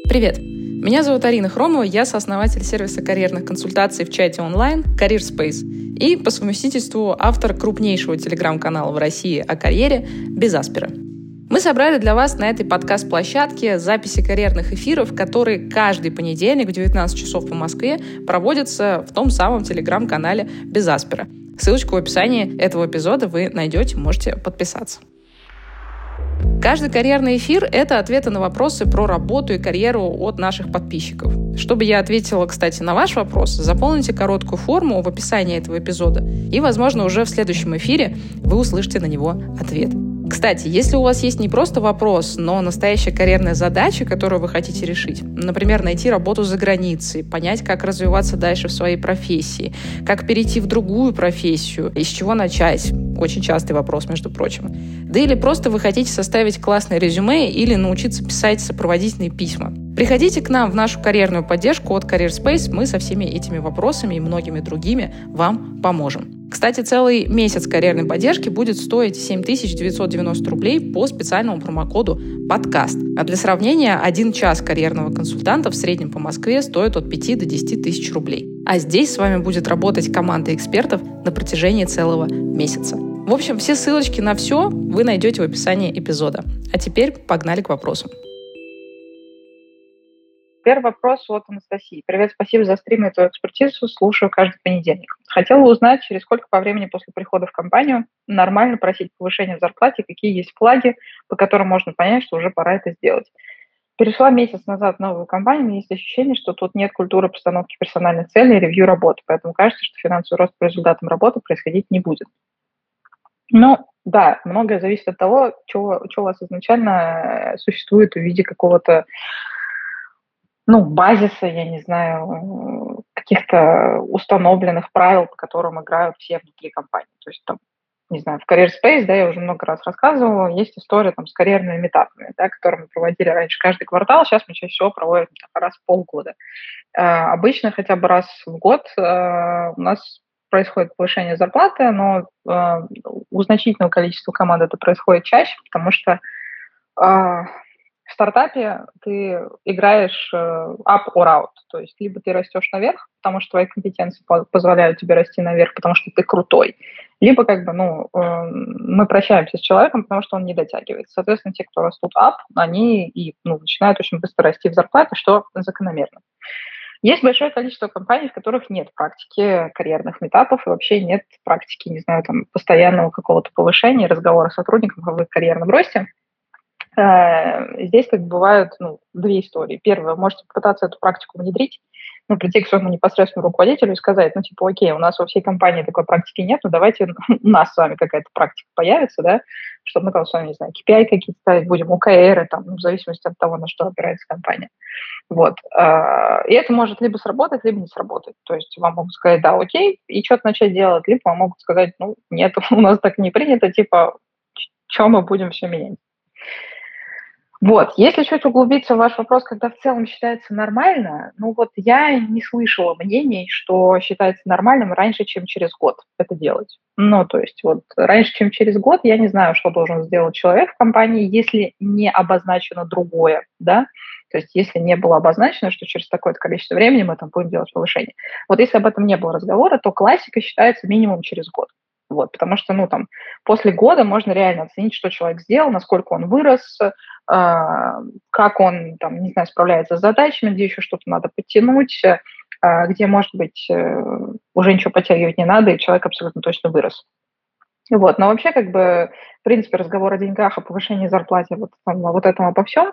Привет! Меня зовут Арина Хромова, я сооснователь сервиса карьерных консультаций в чате онлайн CareerSpace и по совместительству автор крупнейшего телеграм-канала в России о карьере «Без Аспера». Мы собрали для вас на этой подкаст-площадке записи карьерных эфиров, которые каждый понедельник в 19 часов по Москве проводятся в том самом телеграм-канале «Без Аспера». Ссылочку в описании этого эпизода вы найдете, можете подписаться. Каждый карьерный эфир — это ответы на вопросы про работу и карьеру от наших подписчиков. Чтобы я ответила, кстати, на ваш вопрос, заполните короткую форму в описании этого эпизода, и, возможно, уже в следующем эфире вы услышите на него ответ. Кстати, если у вас есть не просто вопрос, но настоящая карьерная задача, которую вы хотите решить, например, найти работу за границей, понять, как развиваться дальше в своей профессии, как перейти в другую профессию, из чего начать, очень частый вопрос, между прочим, да или просто вы хотите составить классное резюме или научиться писать сопроводительные письма, приходите к нам в нашу карьерную поддержку от CareerSpace, мы со всеми этими вопросами и многими другими вам поможем. Кстати, целый месяц карьерной поддержки будет стоить 7990 рублей по специальному промокоду «Подкаст». А для сравнения, 1 час карьерного консультанта в среднем по Москве стоит от 5 до 10 тысяч рублей. А здесь с вами будет работать команда экспертов на протяжении целого месяца. В общем, все ссылочки на все вы найдете в описании эпизода. А теперь погнали к вопросам. Первый вопрос от Анастасии. Привет, спасибо за стрим и твою экспертизу. Слушаю каждый понедельник. Хотела узнать, через сколько по времени после прихода в компанию нормально просить повышение в зарплате, какие есть флаги, по которым можно понять, что уже пора это сделать. Перешла месяц назад в новую компанию, у меня есть ощущение, что тут нет культуры постановки персональных целей и ревью работы, поэтому кажется, что финансовый рост по результатам работы происходить не будет. Ну, да, многое зависит от того, что у вас изначально существует в виде какого-то базиса, я не знаю, каких-то установленных правил, по которым играют все внутри компании. То есть там, не знаю, в CareerSpace, да, я уже много раз рассказывала, есть история там с карьерными метапами, да, которые мы проводили раньше каждый квартал, сейчас мы чаще всего проводим раз в полгода. Обычно хотя бы раз в год у нас происходит повышение зарплаты, но у значительного количества команд это происходит чаще, потому что в стартапе ты играешь up or out, то есть либо ты растешь наверх, потому что твои компетенции позволяют тебе расти наверх, потому что ты крутой, либо мы прощаемся с человеком, потому что он не дотягивает. Соответственно, те, кто растут up, они начинают очень быстро расти в зарплате, что закономерно. Есть большое количество компаний, в которых нет практики карьерных метапов и вообще нет практики, не знаю, постоянного какого-то повышения, разговора с сотрудником в карьерном росте. Здесь бывают две истории. Первое, можете попытаться эту практику внедрить, прийти к своему непосредственному руководителю и сказать, окей, у нас во всей компании такой практики нет, давайте у нас с вами какая-то практика появится, да, чтобы мы с вами, не знаю, KPI какие-то ставить будем, ОКРы, в зависимости от того, на что опирается компания. Вот. И это может либо сработать, либо не сработать. То есть вам могут сказать, да, окей, и что-то начать делать, либо вам могут сказать, нет, у нас так не принято, что мы будем все менять. Вот, если чуть углубиться в ваш вопрос, когда в целом считается нормально, я не слышала мнений, что считается нормальным раньше, чем через год это делать. Раньше, чем через год, я не знаю, что должен сделать человек в компании, если не обозначено другое, да, то есть если не было обозначено, что через такое-то количество времени мы будем делать повышение. Вот если об этом не было разговора, то классика считается минимум через год. Вот, потому что, после года можно реально оценить, что человек сделал, насколько он вырос, как он, не знаю, справляется с задачами, где еще что-то надо подтянуть, где, может быть, уже ничего подтягивать не надо, и человек абсолютно точно вырос. Вот, но вообще, в принципе, разговор о деньгах, о повышении зарплаты, этом обо всем,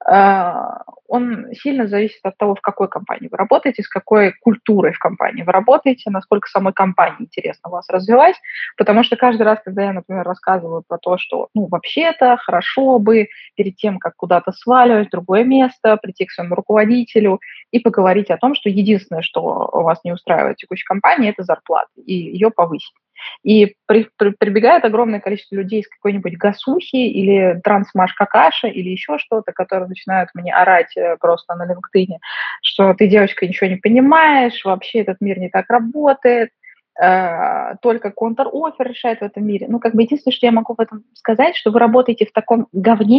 он сильно зависит от того, в какой компании вы работаете, с какой культурой в компании вы работаете, насколько самой компании интересно вас развивать, потому что каждый раз, когда я, например, рассказываю про то, что, вообще-то хорошо бы перед тем, как куда-то сваливать в другое место, прийти к своему руководителю и поговорить о том, что единственное, что вас не устраивает в текущей компании, это зарплата, и ее повысить. И прибегает огромное количество людей из какой-нибудь гасухи или трансмаш-какаши или еще что-то, которые начинают мне орать просто на LinkedIn, что ты, девочка, ничего не понимаешь, вообще этот мир не так работает, только контр-оффер решает в этом мире. Единственное, что я могу в этом сказать, что вы работаете в таком говне,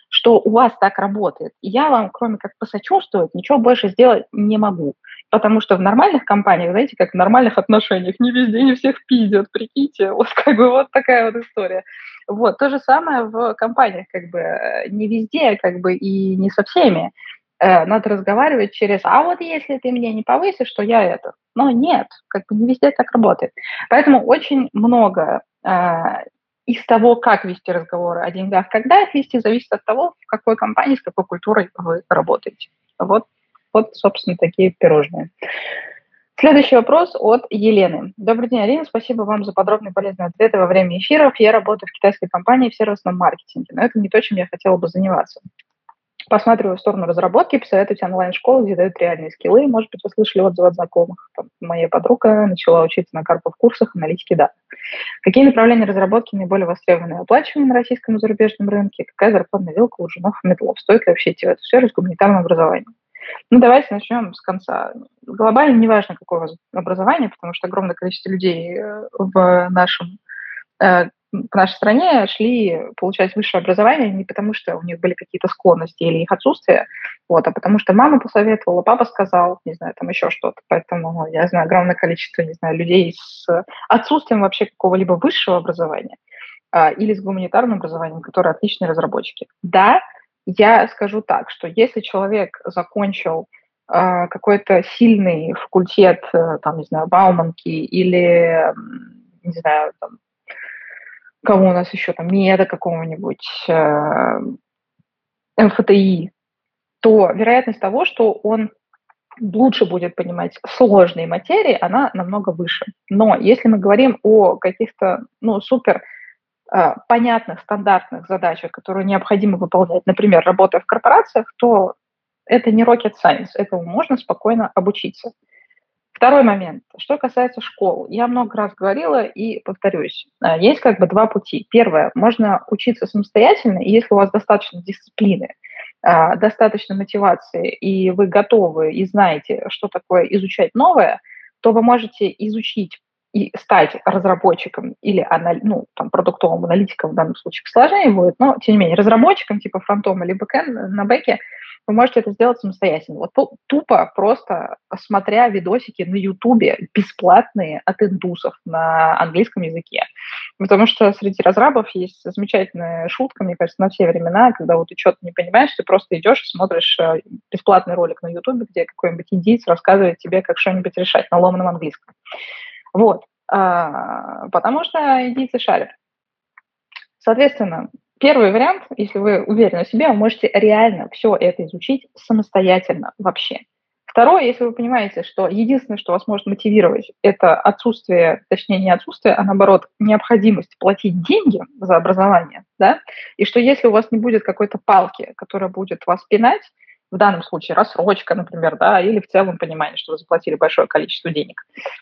что у вас так работает. И я вам, кроме как посочувствовать, ничего больше сделать не могу. Потому что в нормальных компаниях, знаете, как в нормальных отношениях, не везде не всех пиздят, прикиньте, вот как бы вот такая вот история. Вот, то же самое в компаниях, как бы не везде, как бы и не со всеми. Надо разговаривать через, а вот если ты мне не повысишь, то я это. Но нет, как бы не везде так работает. Поэтому очень много из того, как вести разговоры о деньгах, когда их вести, зависит от того, в какой компании, с какой культурой вы работаете. Вот, собственно, такие пирожные. Следующий вопрос от Елены. Добрый день, Арина. Спасибо вам за подробные и полезные ответы во время эфиров. Я работаю в китайской компании в сервисном маркетинге, но это не то, чем я хотела бы заниматься. Посматриваю в сторону разработки, посоветуйте онлайн-школы, где дают реальные скиллы. Может быть, вы слышали отзывы от знакомых. Там, моя подруга начала учиться на Карпов-курсах аналитики данных. Какие направления разработки наиболее востребованы и оплачиваемы на российском и зарубежном рынке? Какая зарплатная вилка у женов и медлов? Стоит ли вообще идти в эту сферу с гуманитарным образованием? Ну, давайте начнем с конца. Глобально неважно, какое у вас образование, потому что огромное количество людей в нашей стране шли получать высшее образование не потому, что у них были какие-то склонности или их отсутствие, вот, а потому что мама посоветовала, папа сказал, не знаю, там еще что-то. Поэтому я знаю огромное количество, не знаю, людей с отсутствием вообще какого-либо высшего образования или с гуманитарным образованием, которые отличные разработчики. Да, я скажу так, что если человек закончил какой-то сильный факультет, там, не знаю, Бауманки или, не знаю, там, кого у нас еще там, МЕДа какого-нибудь, МФТИ, то вероятность того, что он лучше будет понимать сложные материи, она намного выше. Но если мы говорим о каких-то, супер понятных, стандартных задачах, которые необходимо выполнять, например, работая в корпорациях, то это не rocket science, этому можно спокойно обучиться. Второй момент. Что касается школ, я много раз говорила и повторюсь. Есть как бы два пути. Первое. Можно учиться самостоятельно, и если у вас достаточно дисциплины, достаточно мотивации, и вы готовы и знаете, что такое изучать новое, то вы можете изучить и стать разработчиком или продуктовым аналитиком, в данном случае сложнее будет, но, тем не менее, разработчиком типа фронтом или бэкэнд на бэке вы можете это сделать самостоятельно. Вот тупо просто смотря видосики на Ютубе бесплатные от индусов на английском языке. Потому что среди разрабов есть замечательная шутка, мне кажется, на все времена, когда вот ты что-то не понимаешь, ты просто идешь и смотришь бесплатный ролик на Ютубе, где какой-нибудь индиец рассказывает тебе, как что-нибудь решать на ломаном английском. Вот. Потому что индийцы шарят. Соответственно, первый вариант, если вы уверены в себе, вы можете реально все это изучить самостоятельно вообще. Второе, если вы понимаете, что единственное, что вас может мотивировать, это отсутствие, точнее не отсутствие, а наоборот, необходимость платить деньги за образование, да, и что если у вас не будет какой-то палки, которая будет вас пинать, в данном случае рассрочка, например, да, или в целом понимание, что вы заплатили большое количество денег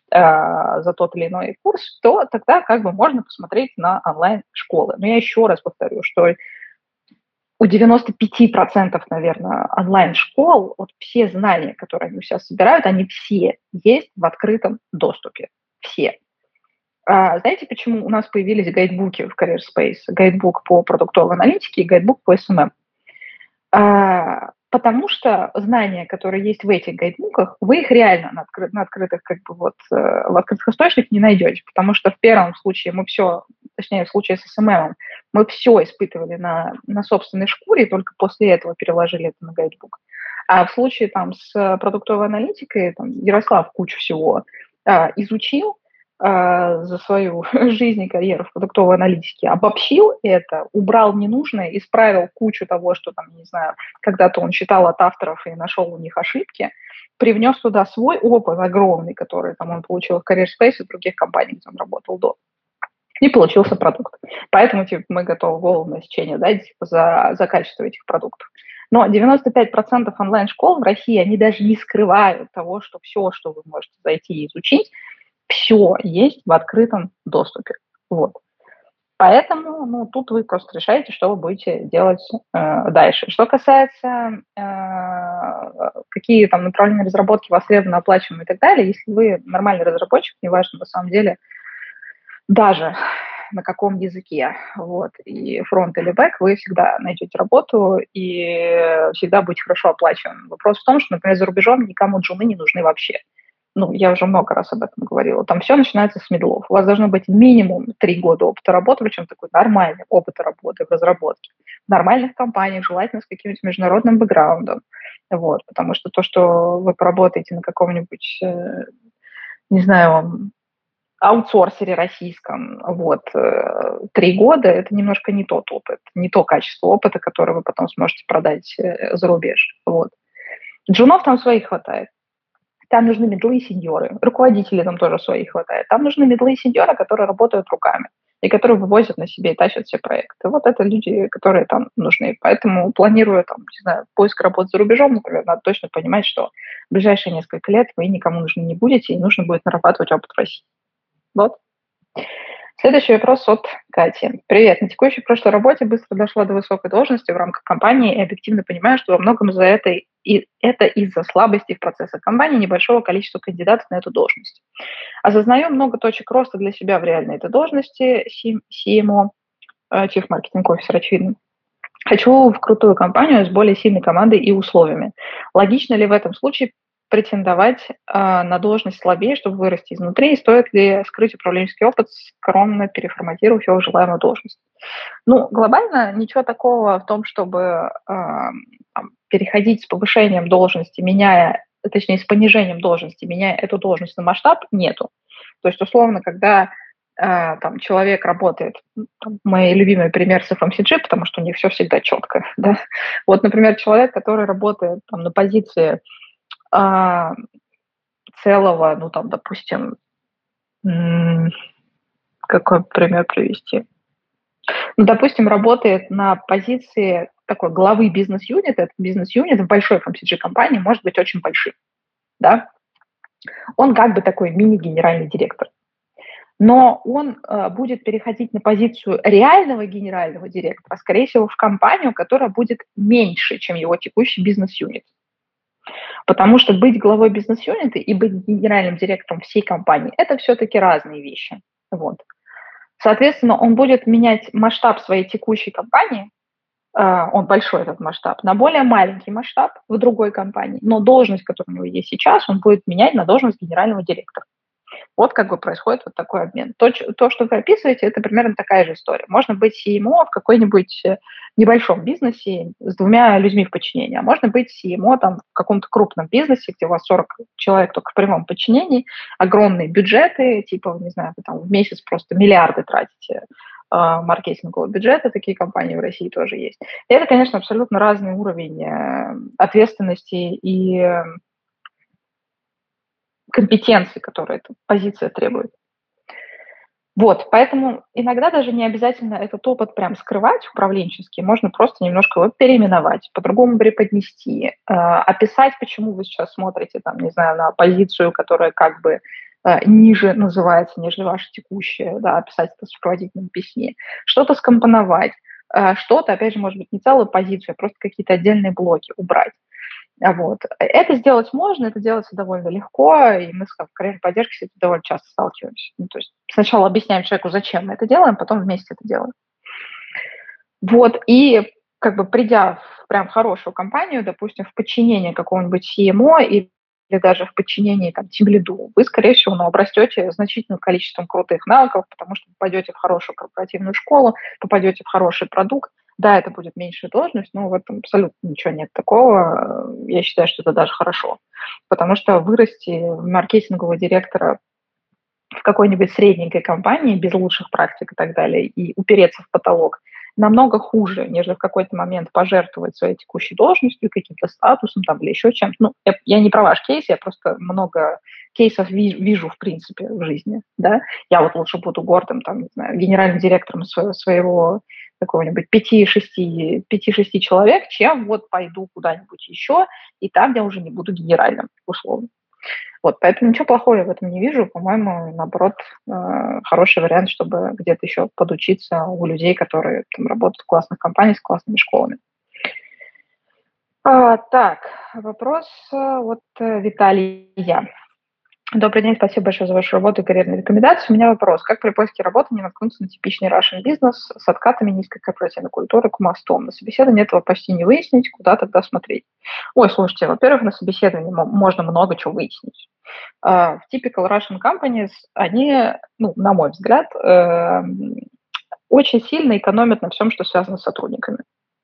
за тот или иной курс, то тогда как бы можно посмотреть на онлайн-школы. Но я еще раз повторю, что у 95%, наверное, онлайн-школ, вот все знания, которые они сейчас собирают, они все есть в открытом доступе. Все. Знаете, почему у нас появились гайдбуки в Career Space? Гайдбук по продуктовой аналитике и гайдбук по SMM. Потому что знания, которые есть в этих гайдбуках, вы их реально на открытых, в открытых источниках не найдете. Потому что в первом случае в случае с SMM, мы все испытывали на собственной шкуре, и только после этого переложили это на гайдбук. А в случае с продуктовой аналитикой, Ярослав кучу всего изучил, за свою жизнь и карьеру в продуктовой аналитике, обобщил это, убрал ненужное, исправил кучу того, что не знаю, когда-то он читал от авторов и нашел у них ошибки, привнес туда свой опыт огромный, который он получил в Career Space и в других компаниях, где он работал до. И получился продукт. Поэтому мы готовы голову на сечение дать за качество этих продуктов. Но 95% онлайн-школ в России, они даже не скрывают того, что все, что вы можете зайти и изучить, все есть в открытом доступе. Вот. Поэтому тут вы просто решаете, что вы будете делать дальше. Что касается, какие направления разработки востребованы, оплачиваемы и так далее, если вы нормальный разработчик, неважно, на самом деле, даже на каком языке, вот, и фронт или бэк, вы всегда найдете работу и всегда будете хорошо оплачиваем. Вопрос в том, что, например, за рубежом никому джуны не нужны вообще. Ну, я уже много раз об этом говорила. Там все начинается с медлов. У вас должно быть минимум 3 года опыта работы, причем такой нормальный опыт работы в разработке. В нормальных компаниях, желательно с каким-нибудь международным бэкграундом. Вот, потому что то, что вы поработаете на каком-нибудь, не знаю, аутсорсере российском, вот, 3 года, это немножко не тот опыт, не то качество опыта, которое вы потом сможете продать за рубеж. Вот. Джунов там своих хватает. Там нужны медлы и сеньоры. Руководителей там тоже своих хватает. Там нужны медлы и сеньоры, которые работают руками и которые вывозят на себе и тащат все проекты. Вот это люди, которые там нужны. Поэтому, планируя там, не знаю, поиск работы за рубежом, например, надо точно понимать, что в ближайшие несколько лет вы никому нужны не будете, и нужно будет нарабатывать опыт в России. Вот. Следующий вопрос от Кати. Привет. На текущей прошлой работе быстро дошла до высокой должности в рамках компании и объективно понимаю, что во многом за это и это из-за слабости в процессах компании небольшого количества кандидатов на эту должность. Осознаю много точек роста для себя в реальной этой должности CMO, Chief Marketing Officer, очевидно. Хочу в крутую компанию с более сильной командой и условиями. Логично ли в этом случае претендовать на должность слабее, чтобы вырасти изнутри, и стоит ли скрыть управленческий опыт, скромно переформатировав его в желаемую должность? Ну, глобально ничего такого в том, чтобы переходить с повышением должности, точнее, с понижением должности, меняя эту должность на масштаб, нету. То есть, условно, когда там человек работает, мой любимый пример с FMCG, потому что у них все всегда четко, да. Вот, например, человек, который работает там на позиции целого, ну, там, допустим, какой пример привести? Ну, допустим, работает на позиции такой главы бизнес-юнита. Этот бизнес-юнит в большой FMCG-компании может быть очень большим, да. Он как бы такой мини-генеральный директор. Но он будет переходить на позицию реального генерального директора, скорее всего, в компанию, которая будет меньше, чем его текущий бизнес-юнит. Потому что быть главой бизнес-юнита и быть генеральным директором всей компании – это все-таки разные вещи. Вот. Соответственно, он будет менять масштаб своей текущей компании, он большой этот масштаб, на более маленький масштаб в другой компании, но должность, которая у него есть сейчас, он будет менять на должность генерального директора. Вот как бы происходит вот такой обмен. То, что вы описываете, это примерно такая же история. Можно быть CMO в какой-нибудь небольшом бизнесе с 2 людьми в подчинении, а можно быть CMO там, в каком-то крупном бизнесе, где у вас 40 человек только в прямом подчинении, огромные бюджеты, типа, не знаю, вы там в месяц просто миллиарды тратите маркетингового бюджета, такие компании в России тоже есть. И это, конечно, абсолютно разный уровень ответственности и компетенции, которые эта позиция требует. Вот, поэтому иногда даже не обязательно этот опыт прям скрывать управленческий, можно просто немножко его переименовать, по-другому преподнести, описать, почему вы сейчас смотрите, там, не знаю, на позицию, которая как бы ниже называется, нежели ваша текущая, да, описать это в сопроводительном письме, что-то скомпоновать, что-то, опять же, может быть, не целую позицию, а просто какие-то отдельные блоки убрать. Вот. Это сделать можно, это делается довольно легко, и мы в карьерной поддержке с этим довольно часто сталкиваемся. Ну, то есть сначала объясняем человеку, зачем мы это делаем, потом вместе это делаем. Вот, и как бы придя в прям хорошую компанию, допустим, в подчинение какого-нибудь CMO или даже в подчинении там тимлиду, вы, скорее всего, обрастете значительным количеством крутых навыков, потому что попадете в хорошую корпоративную школу, попадете в хороший продукт. Да, это будет меньшая должность, но в этом абсолютно ничего нет такого. Я считаю, что это даже хорошо. Потому что вырасти в маркетингового директора в какой-нибудь средненькой компании без лучших практик и так далее и упереться в потолок намного хуже, нежели в какой-то момент пожертвовать своей текущей должностью, каким-то статусом там, или еще чем-то. Ну, я не про ваш кейс, я просто много кейсов вижу, в принципе, в жизни. Да? Я вот лучше буду гордым, там, не знаю, генеральным директором своего какого-нибудь 5-6 человек, чем вот пойду куда-нибудь еще, и там я уже не буду генеральным, условно. Вот, поэтому ничего плохого я в этом не вижу. По-моему, наоборот, хороший вариант, чтобы где-то еще подучиться у людей, которые там работают в классных компаниях с классными школами. Так, вопрос от Виталия. Добрый день, спасибо большое за вашу работу и карьерные рекомендации. У меня вопрос. Как при поиске работы не наткнуться на типичный Russian бизнес с откатами низкой корпоративной культуры к мостом? На собеседовании этого почти не выяснить, куда тогда смотреть. Ой, слушайте, во-первых, на собеседовании можно много чего выяснить. В typical Russian companies они, ну, на мой взгляд, очень сильно экономят на всем, что связано с сотрудниками.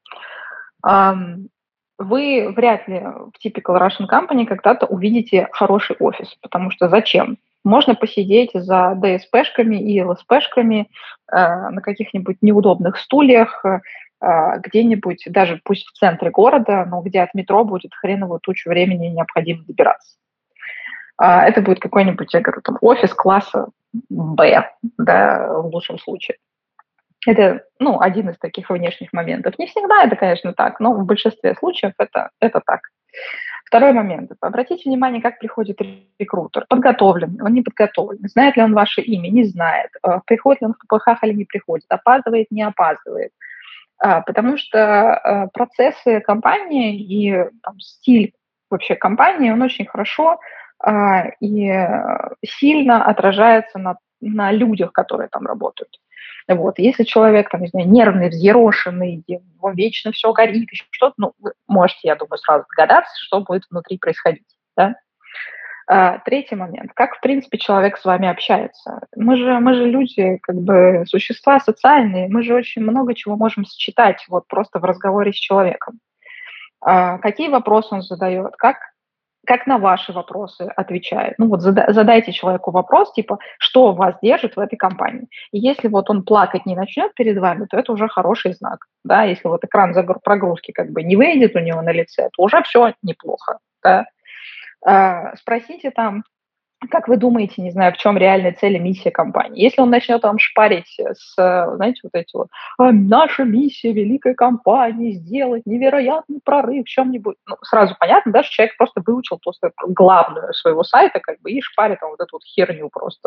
Вы вряд ли в typical Russian company когда-то увидите хороший офис, потому что зачем? Можно посидеть за ДСПшками и ЛСПшками на каких-нибудь неудобных стульях, где-нибудь, даже пусть в центре города, но где от метро будет хреновую тучу времени необходимо добираться. Это будет какой-нибудь, я говорю, там, офис класса Б, да, в лучшем случае. Это, ну, один из таких внешних моментов. Не всегда это, конечно, так, но в большинстве случаев это так. Второй момент. Обратите внимание, как приходит рекрутер. Подготовлен, он не подготовлен. Знает ли он ваше имя? Не знает. Приходит ли он в ППХ или не приходит? Опаздывает, не опаздывает. Потому что процессы компании и там, стиль вообще компании, он очень хорошо и сильно отражается на людях, которые там работают. Вот. Если человек, там, не знаю, нервный, взъерошенный, у него вечно все горит, еще что-то, ну, вы можете, я думаю, сразу догадаться, что будет внутри происходить. Да? Третий момент. Как, в принципе, человек с вами общается? Мы же люди, как бы, существа социальные, мы же очень много чего можем считать вот просто в разговоре с человеком. Какие вопросы он задает, как на ваши вопросы отвечает. Ну вот задайте человеку вопрос, типа, что вас держит в этой компании. И если вот он плакать не начнет перед вами, то это уже хороший знак. Да? Если вот экран прогрузки как бы не выйдет у него на лице, то уже все неплохо. Да? Спросите там, как вы думаете, не знаю, в чем реальная цель и миссия компании? Если он начнет вам шпарить знаете, вот эти вот «наша миссия великой компании сделать невероятный прорыв в чем-нибудь», ну, сразу понятно, да, что человек просто выучил просто главную своего сайта, как бы, и шпарит там вот эту вот херню просто.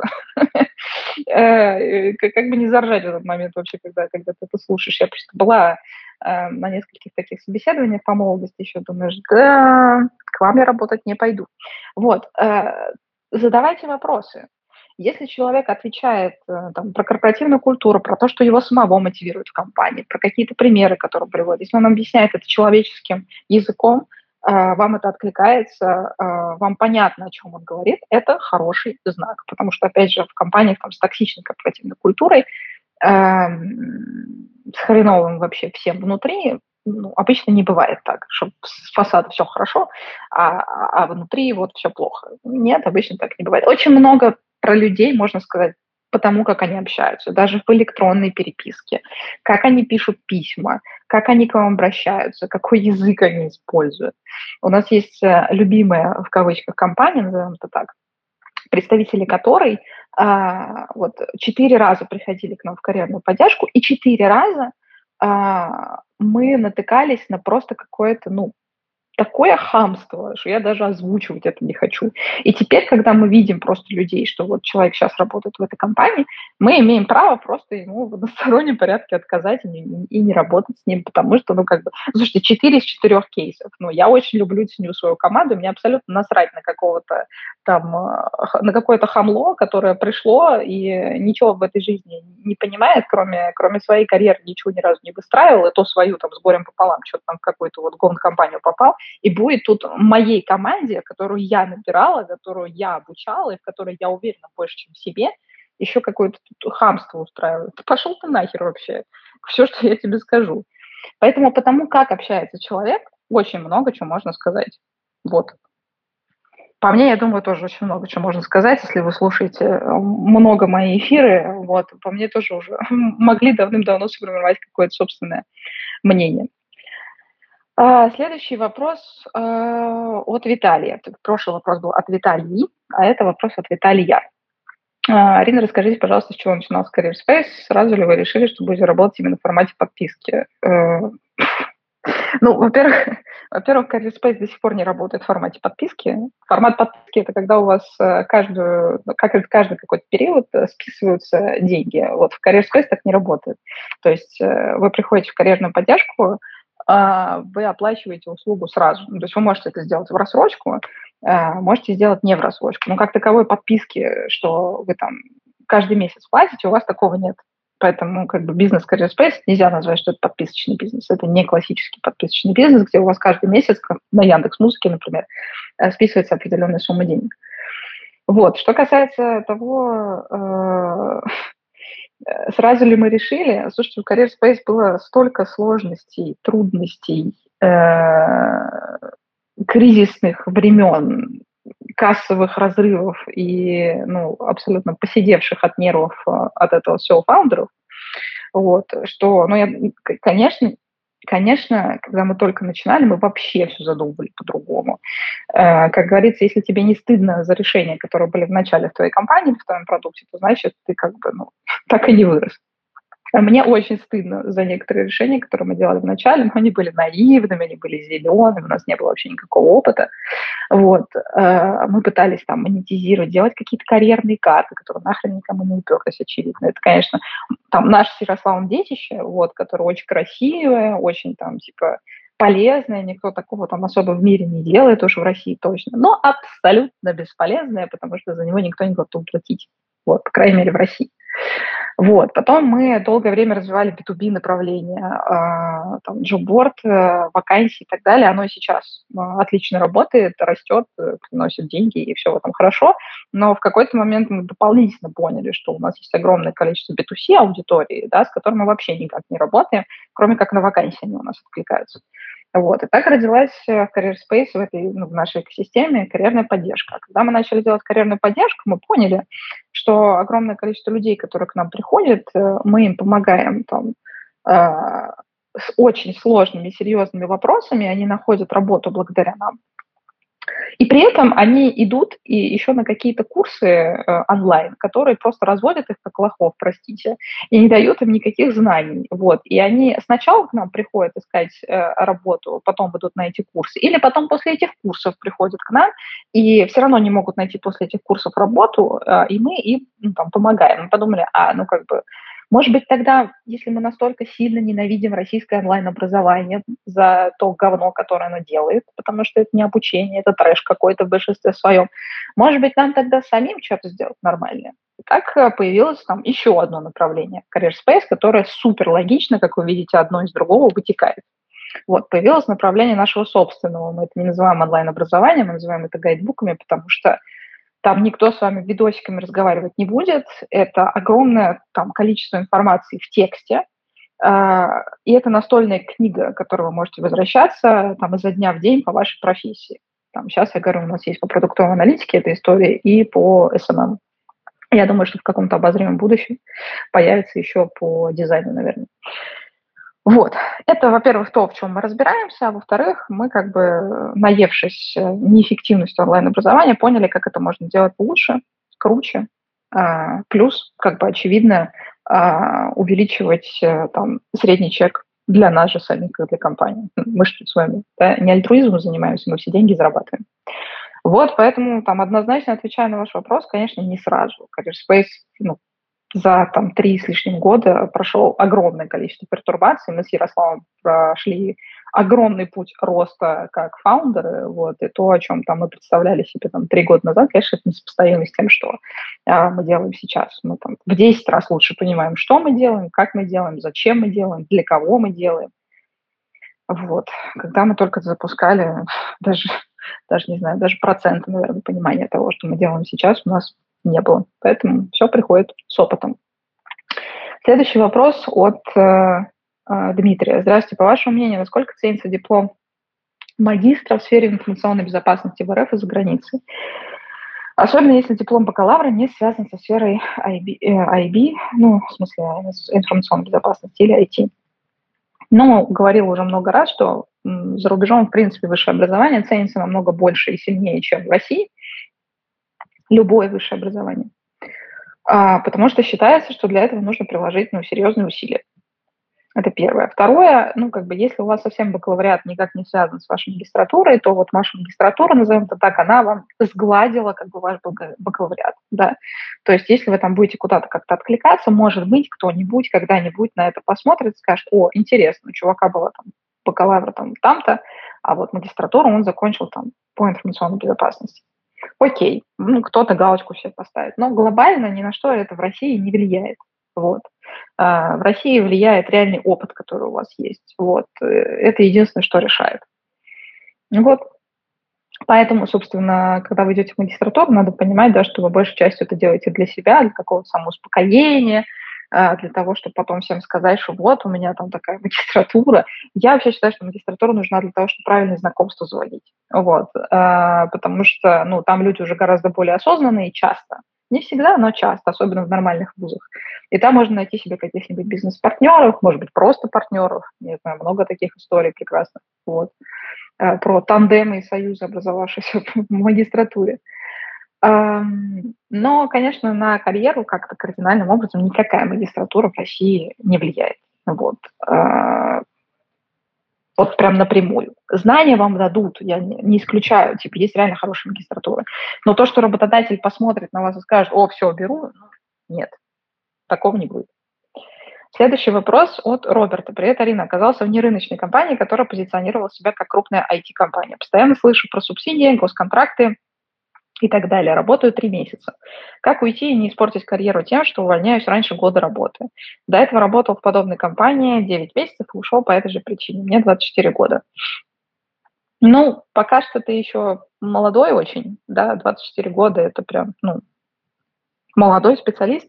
Как бы не заржать в этот момент вообще, когда ты это слушаешь. Я просто была на нескольких таких собеседованиях по молодости еще, думаешь, да, к вам я работать не пойду. Вот. Задавайте вопросы. Если человек отвечает там, про корпоративную культуру, про то, что его самого мотивирует в компании, про какие-то примеры, которые приводит, если он объясняет это человеческим языком, вам это откликается, вам понятно, о чем он говорит, это хороший знак. Потому что, опять же, в компаниях там, с токсичной корпоративной культурой, с хреновым вообще всем внутри, ну, обычно не бывает так, что с фасада все хорошо, а внутри вот все плохо. Нет, обычно так не бывает. Очень много про людей можно сказать потому, как они общаются, даже в электронной переписке, как они пишут письма, как они к вам обращаются, какой язык они используют. У нас есть любимая, в кавычках, компания, назовем это так, представители которой вот 4 раза приходили к нам в карьерную поддержку, и 4 раза мы натыкались на просто какое-то, ну, такое хамство, что я даже озвучивать это не хочу. И теперь, когда мы видим просто людей, что вот человек сейчас работает в этой компании, мы имеем право просто ему в одностороннем порядке отказать и не работать с ним, потому что, ну, как бы, слушайте, 4 из 4 кейсов. Ну, я очень люблю, ценю свою команду, мне абсолютно насрать на какого-то там, на какое-то хамло, которое пришло и ничего в этой жизни не понимает, кроме своей карьеры, ничего ни разу не выстраивал, и то свою там с горем пополам что-то там в какую-то вот гон-компанию попал, и будет тут моей команде, которую я набирала, которую я обучала, и в которой я уверена больше, чем в себе, еще какое-то тут хамство устраивает. Пошел ты нахер вообще. Все, что я тебе скажу. Поэтому потому, как общается человек, очень много чего можно сказать. Вот. По мне, я думаю, тоже очень много чего можно сказать, если вы слушаете много мои эфиры. Вот. По мне тоже уже могли давным-давно сформировать какое-то собственное мнение. Следующий вопрос от Виталия. Прошлый вопрос был от Виталии, а это вопрос от Виталия. Арина, расскажите, пожалуйста, с чего начинался Career Space? Сразу ли вы решили, что будете работать именно в формате подписки? Ну, во-первых, Career Space до сих пор не работает в формате подписки. Формат подписки – это когда у вас каждый какой-то период списываются деньги. Вот в Career Space так не работает. То есть вы приходите в карьерную поддержку, вы оплачиваете услугу сразу. Ну, то есть вы можете это сделать в рассрочку, можете сделать не в рассрочку. Но как таковой подписки, что вы там каждый месяц платите, у вас такого нет. Поэтому как бы бизнес Career Space нельзя назвать, что это подписочный бизнес. Это не классический подписочный бизнес, где у вас каждый месяц, как на Яндекс.Музыке, например, списывается определенная сумма денег. Вот. Что касается того, сразу ли мы решили, слушайте, в Career Space было столько сложностей, трудностей, кризисных времен, кассовых разрывов и абсолютно посидевших от нервов от этого всего фаундеров, вот, что, конечно, когда мы только начинали, мы вообще все задумывали по-другому. Как говорится, если тебе не стыдно за решения, которые были в начале в твоей компании, в твоем продукте, то значит, ты как бы, так и не вырос. Мне очень стыдно за некоторые решения, которые мы делали в начале, но они были наивными, они были зелеными, у нас не было вообще никакого опыта. Вот. Мы пытались там монетизировать, делать какие-то карьерные карты, которые нахрен никому не уперлись, очевидно. Это, конечно, там наше с Ярославом детище, вот, которое очень красивое, очень там, типа, полезное, никто такого там особо в мире не делает, уже в России точно, но абсолютно бесполезное, потому что за него никто не готов платить. Вот, по крайней мере, в России. Вот. Потом мы долгое время развивали B2B направление, там, джобборд, вакансии и так далее. Оно и сейчас отлично работает, растет, приносит деньги, и все в этом хорошо. Но в какой-то момент мы дополнительно поняли, что у нас есть огромное количество B2C аудитории, да, с которой мы вообще никак не работаем, кроме как на вакансии они у нас откликаются. Вот. И так родилась в Career Space в нашей экосистеме карьерная поддержка. Когда мы начали делать карьерную поддержку, мы поняли, что огромное количество людей, которые к нам приходят, мы им помогаем там, с очень сложными, серьезными вопросами, они находят работу благодаря нам. И при этом они идут и еще на какие-то курсы онлайн, которые просто разводят их как лохов, простите, и не дают им никаких знаний. Вот. И они сначала к нам приходят искать работу, потом идут на эти курсы, или потом после этих курсов приходят к нам и все равно не могут найти после этих курсов работу, и мы им там помогаем. Мы подумали, может быть, тогда, если мы настолько сильно ненавидим российское онлайн-образование за то говно, которое оно делает, потому что это не обучение, это трэш какой-то в большинстве своем, может быть, нам тогда самим что-то сделать нормальное. И так появилось там еще одно направление Career Space, которое супер логично, как вы видите, одно из другого вытекает. Вот, появилось направление нашего собственного. Мы это не называем онлайн-образованием, мы называем это гайдбуками, потому что там никто с вами видосиками разговаривать не будет. Это огромное там количество информации в тексте. И это настольная книга, к которой вы можете возвращаться там изо дня в день по вашей профессии. Там, сейчас, я говорю, у нас есть по продуктовой аналитике эта история и по SMM. Я думаю, что в каком-то обозримом будущем появится еще по дизайну, наверное. Вот. Это, во-первых, то, в чем мы разбираемся, а во-вторых, мы как бы, наевшись неэффективностью онлайн-образования, поняли, как это можно делать лучше, круче, плюс, как бы, очевидно, увеличивать там средний чек для нас же самих, как для компании. Мы же с вами не альтруизмом занимаемся, мы все деньги зарабатываем. Вот, поэтому там однозначно отвечая на ваш вопрос, конечно, не сразу. Career Space, за там 3 с лишним года прошел огромное количество пертурбаций. Мы с Ярославом прошли огромный путь роста как фаундеры. Вот, и то, о чем там мы представляли себе там 3 года назад, конечно, это несопоставимо с тем, что мы делаем сейчас. Мы там в 10 раз лучше понимаем, что мы делаем, как мы делаем, зачем мы делаем, для кого мы делаем. Вот. Когда мы только запускали, даже не знаю, даже процента, наверное, понимания того, что мы делаем сейчас, у нас не было. Поэтому все приходит с опытом. Следующий вопрос от Дмитрия. Здравствуйте. По вашему мнению, насколько ценится диплом магистра в сфере информационной безопасности в РФ и за границей? Особенно если диплом бакалавра не связан со сферой IB, в смысле информационной безопасности или IT. Но говорила уже много раз, что за рубежом, в принципе, высшее образование ценится намного больше и сильнее, чем в России. Любое высшее образование. Потому что считается, что для этого нужно приложить серьезные усилия. Это первое. Второе, если у вас совсем бакалавриат никак не связан с вашей магистратурой, то вот ваша магистратура, назовем это так, она вам сгладила ваш бакалавриат. Да? То есть если вы там будете куда-то как-то откликаться, может быть, кто-нибудь когда-нибудь на это посмотрит и скажет: о, интересно, у чувака была там бакалавра там-то, а вот магистратуру он закончил там по информационной безопасности. Окей, кто-то галочку себе поставит, но глобально ни на что это в России не влияет. Вот. В России влияет реальный опыт, который у вас есть. Вот. Это единственное, что решает. Вот. Поэтому, собственно, когда вы идете в магистратуру, надо понимать, да, что вы большей частью это делаете для себя, для какого-то самоуспокоения, для того, чтобы потом всем сказать, что вот у меня там такая магистратура. Я вообще считаю, что магистратура нужна для того, чтобы правильные знакомства заводить. Вот. Потому что там люди уже гораздо более осознанные часто. Не всегда, но часто, особенно в нормальных вузах. И там можно найти себе каких-нибудь бизнес-партнеров, может быть, просто партнеров. Я знаю много таких историй прекрасных. Вот. Про тандемы и союзы, образовавшиеся в магистратуре. Но, конечно, на карьеру как-то кардинальным образом никакая магистратура в России не влияет. Вот. Вот прям напрямую. Знания вам дадут, я не исключаю, типа, есть реально хорошие магистратуры. Но то, что работодатель посмотрит на вас и скажет, о, все, беру, нет, такого не будет. Следующий вопрос от Роберта. Привет, Арина. Оказался в нерыночной компании, которая позиционировала себя как крупная IT-компания. Постоянно слышу про субсидии, госконтракты и так далее. Работаю 3 месяца. Как уйти и не испортить карьеру тем, что увольняюсь раньше года работы? До этого работал в подобной компании 9 месяцев и ушел по этой же причине. Мне 24 года. Пока что ты еще молодой очень, да, 24 года – это прям, молодой специалист.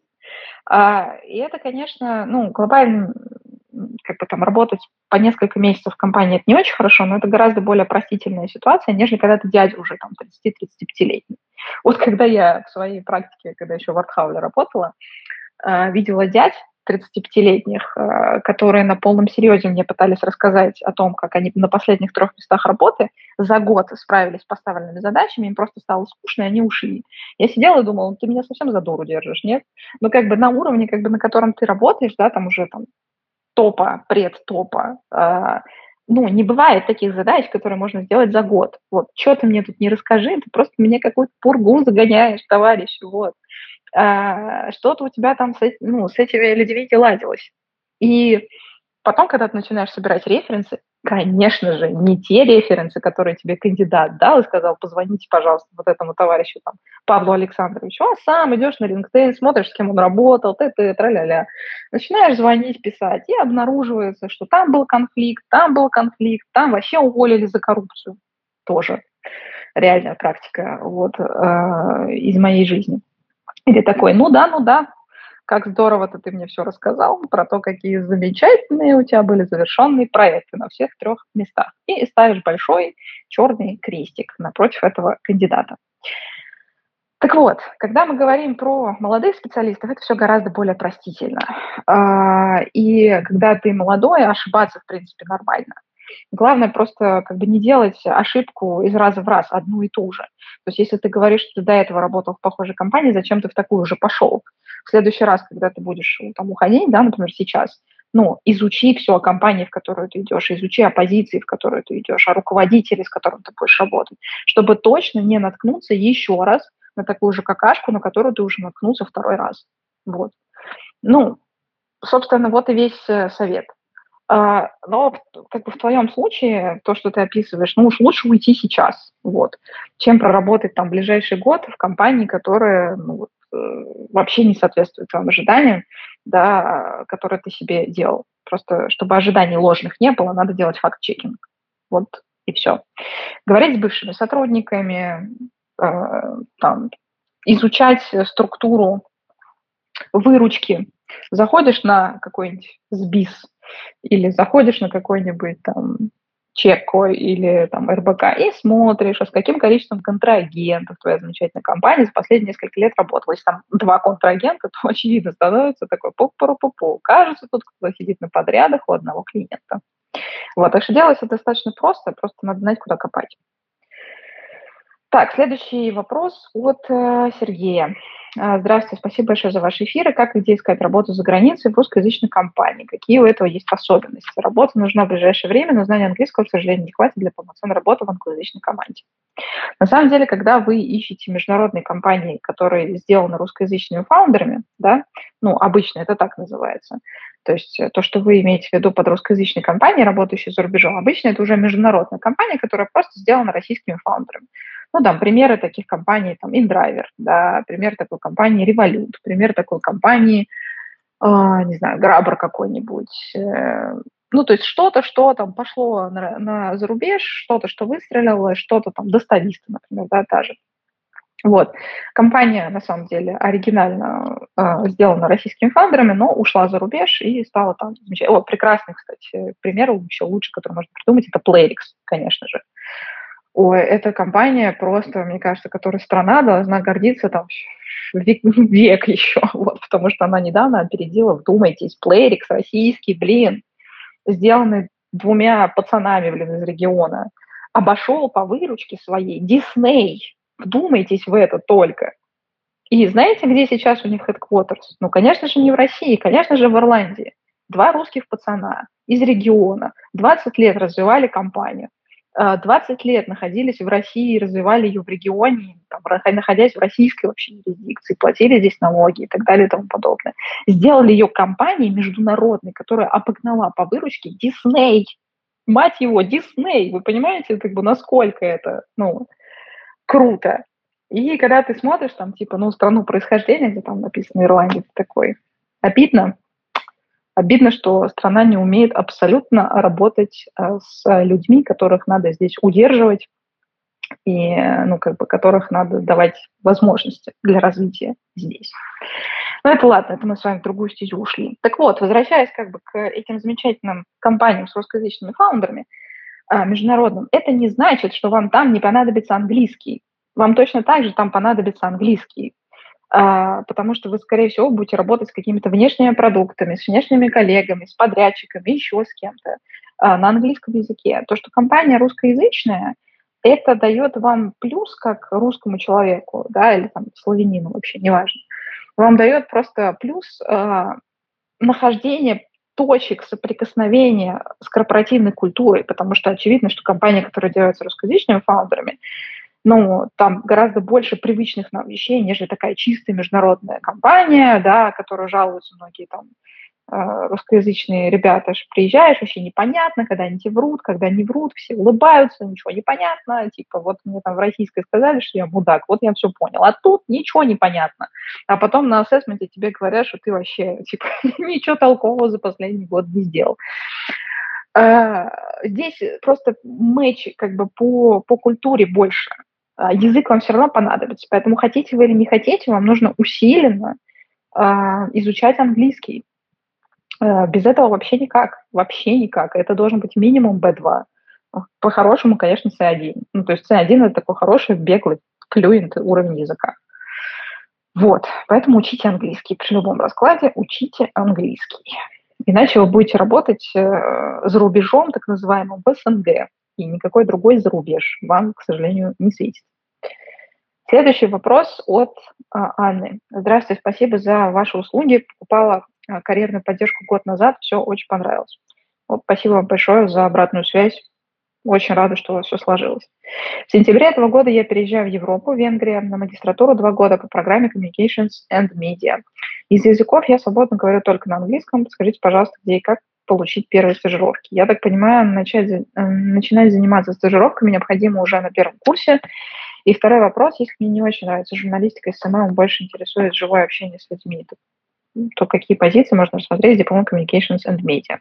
И это, конечно, глобально, работать по несколько месяцев в компании – это не очень хорошо, но это гораздо более простительная ситуация, нежели когда ты дядя уже 30-35-летний. Вот когда я в своей практике, когда еще в Артхауле работала, видела дядь 35-летних, которые на полном серьезе мне пытались рассказать о том, как они на последних 3 местах работы за год справились с поставленными задачами, им просто стало скучно, и они ушли. Я сидела и думала, ты меня совсем за дуру держишь, нет? На уровне, на котором ты работаешь, да, там уже топа, предтопа, не бывает таких задач, которые можно сделать за год. Вот, что ты мне тут не расскажи, ты просто мне какую-то пургу загоняешь, товарищ, вот. Что-то у тебя там с этими людьми не ладилось. И потом, когда ты начинаешь собирать референсы, конечно же, не те референсы, которые тебе кандидат дал и сказал, позвоните, пожалуйста, вот этому товарищу Павлу Александровичу, а сам идешь на LinkedIn, смотришь, с кем он работал, тра-ля-ля. Начинаешь звонить, писать, и обнаруживается, что там был конфликт, там вообще уволили за коррупцию. Тоже реальная практика из моей жизни. Или такой, ну да, как здорово ты мне все рассказал про то, какие замечательные у тебя были завершенные проекты на всех 3 местах. И ставишь большой черный крестик напротив этого кандидата. Так вот, когда мы говорим про молодых специалистов, это все гораздо более простительно. И когда ты молодой, ошибаться, в принципе, нормально. Главное просто не делать ошибку из раза в раз, одну и ту же. То есть если ты говоришь, что ты до этого работал в похожей компании, зачем ты в такую же пошел? В следующий раз, когда ты будешь уходить, да, например, сейчас, изучи все о компании, в которую ты идешь, изучи о позиции, в которую ты идешь, о руководителе, с которым ты будешь работать, чтобы точно не наткнуться еще раз на такую же какашку, на которую ты уже наткнулся 2 раз. Вот. Собственно, вот и весь совет. Но в твоем случае, то, что ты описываешь, уж лучше уйти сейчас, чем проработать ближайший год в компании, которая вообще не соответствует твоим ожиданиям, да, которые ты себе делал. Просто чтобы ожиданий ложных не было, надо делать факт-чекинг. Вот и все. Говорить с бывшими сотрудниками, изучать структуру выручки. Заходишь на какой-нибудь СБИС или заходишь на какой-нибудь Чекко или РБК и смотришь, с каким количеством контрагентов твоя замечательная компания за последние несколько лет работала. Если 2 контрагента, то очевидно становится такой пуп-пу-пу-пу. Кажется, тут кто-то сидит на подрядах у одного клиента. Так что делается достаточно просто надо знать, куда копать. Так, следующий вопрос от Сергея. Здравствуйте, спасибо большое за ваши эфиры. Как и где искать работу за границей в русскоязычной компании? Какие у этого есть особенности? Работа нужна в ближайшее время, но знания английского, к сожалению, не хватит для полноценной работы в англоязычной команде. На самом деле, когда вы ищете международные компании, которые сделаны русскоязычными фаундерами, да, ну, обычно это так называется, то есть то, что вы имеете в виду под русскоязычной компанией, работающей за рубежом, обычно это уже международная компания, которая просто сделана российскими фаундерами. Ну, да, примеры таких компаний, там, InDriver, да, пример такой компании Revolut, пример такой компании, не знаю, Grabber какой-нибудь. Ну, то есть что-то, что там пошло на зарубеж, что-то, что выстрелило, что-то там достависта, например, да, та же. Вот. Компания, на самом деле, оригинально сделана российскими фаундерами, но ушла за рубеж и стала там замечательно. О, прекрасный, кстати, пример, еще лучше, который можно придумать, это Playrix, конечно же. Ой, эта компания просто, мне кажется, которой страна должна гордиться там век еще, вот, потому что она недавно опередила, вдумайтесь, Playrix российский, блин, сделанный двумя пацанами, блин, из региона, обошел по выручке своей Disney. Вдумайтесь в это только. И знаете, где сейчас у них headquarters? Ну, конечно же, не в России, конечно же, в Ирландии. Два русских пацана из региона 20 лет развивали компанию. 20 лет находились в России и развивали ее в регионе, там, находясь в российской вообще юрисдикции, платили здесь налоги и так далее и тому подобное. Сделали ее компанией международной, которая обогнала по выручке Disney. Мать его, Disney. Вы понимаете, как бы, насколько это, ну, круто. И когда ты смотришь там, типа, ну, страну происхождения, где там написано Ирландия, ты такой, обидно. Обидно, что страна не умеет абсолютно работать с людьми, которых надо здесь удерживать и, ну, как бы, которых надо давать возможности для развития здесь. Ну, это ладно, это мы с вами в другую стезю ушли. Так вот, возвращаясь как бы к этим замечательным компаниям с русскоязычными фаундерами, международным, это не значит, что вам там не понадобится английский. Вам точно так же там понадобится английский, потому что вы, скорее всего, будете работать с какими-то внешними продуктами, с внешними коллегами, с подрядчиками, еще с кем-то на английском языке. То, что компания русскоязычная, это дает вам плюс как русскому человеку, да, или там славянину, вообще неважно. Вам дает просто плюс нахождение точек соприкосновения с корпоративной культурой, потому что очевидно, что компания, которая делается русскоязычными фаундерами, ну, там гораздо больше привычных нам вещей, нежели такая чистая международная компания, да, которую жалуются многие там русскоязычные ребята, что приезжаешь, вообще непонятно, когда они тебе врут, когда не врут, все улыбаются, ничего не понятно, типа вот мне там в российской сказали, что я мудак, вот я все понял, а тут ничего не понятно. А потом на ассессменте тебе говорят, что ты вообще типа ничего толкового за последний год не сделал. Здесь просто матч как бы по культуре больше. Язык вам все равно понадобится, поэтому хотите вы или не хотите, вам нужно усиленно изучать английский. Без этого вообще никак, вообще никак. Это должен быть минимум B2. По-хорошему, конечно, C1. Ну, то есть C1 – это такой хороший, беглый, fluent уровень языка. Вот, поэтому учите английский. При любом раскладе учите английский. Иначе вы будете работать за рубежом, так называемым, в СНГ. И никакой другой зарубеж вам, к сожалению, не светит. Следующий вопрос от Анны. Здравствуйте, спасибо за ваши услуги. Покупала карьерную поддержку год назад, все очень понравилось. Вот, спасибо вам большое за обратную связь. Очень рада, что у вас все сложилось. В сентябре этого года я переезжаю в Европу, в Венгрию, на магистратуру 2 года по программе Communications and Media. Из языков я свободно говорю только на английском. Скажите, пожалуйста, где и как получить первые стажировки. Я так понимаю, начинать заниматься стажировками необходимо уже на первом курсе. И второй вопрос, если мне не очень нравится журналистика, если сама больше интересует живое общение с людьми, то какие позиции можно рассмотреть с дипломом Communications and Media?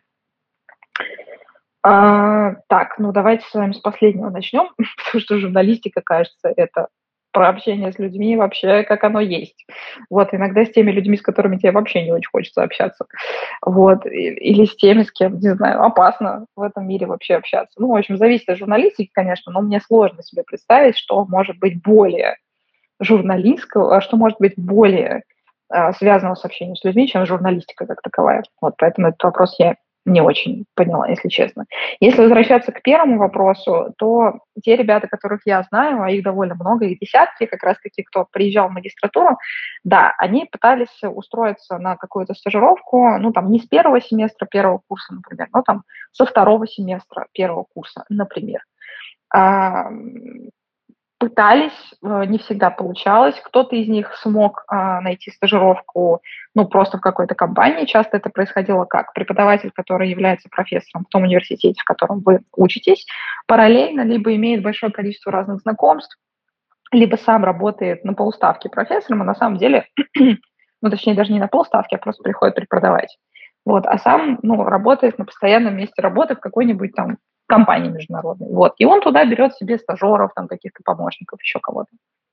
Так, ну давайте с вами с последнего начнем, потому что журналистика, кажется, это про общение с людьми вообще, как оно есть. Вот, иногда с теми людьми, с которыми тебе вообще не очень хочется общаться. Вот, или с теми, с кем, не знаю, опасно в этом мире вообще общаться. Ну, в общем, зависит от журналистики, конечно, но мне сложно себе представить, что может быть более журналистского, что может быть более связанного с общением с людьми, чем журналистика как таковая. Вот, поэтому этот вопрос я не очень поняла, если честно. Если возвращаться к первому вопросу, то те ребята, которых я знаю, а их довольно много, их десятки, как раз-таки, кто приезжал в магистратуру, да, они пытались устроиться на какую-то стажировку, ну, там, не с первого семестра первого курса, например, но там со второго семестра первого курса, например. пытались, не всегда получалось. Кто-то из них смог найти стажировку, ну, просто в какой-то компании. Часто это происходило как? Преподаватель, который является профессором в том университете, в котором вы учитесь, параллельно либо имеет большое количество разных знакомств, либо сам работает на полставки профессором, а на самом деле, ну, точнее, даже не на полставки, а просто приходит преподавать. Вот, а сам, ну, работает на постоянном месте работы в какой-нибудь там компании международной. Вот, и он туда берет себе стажеров, там, каких-то помощников, еще кого-то.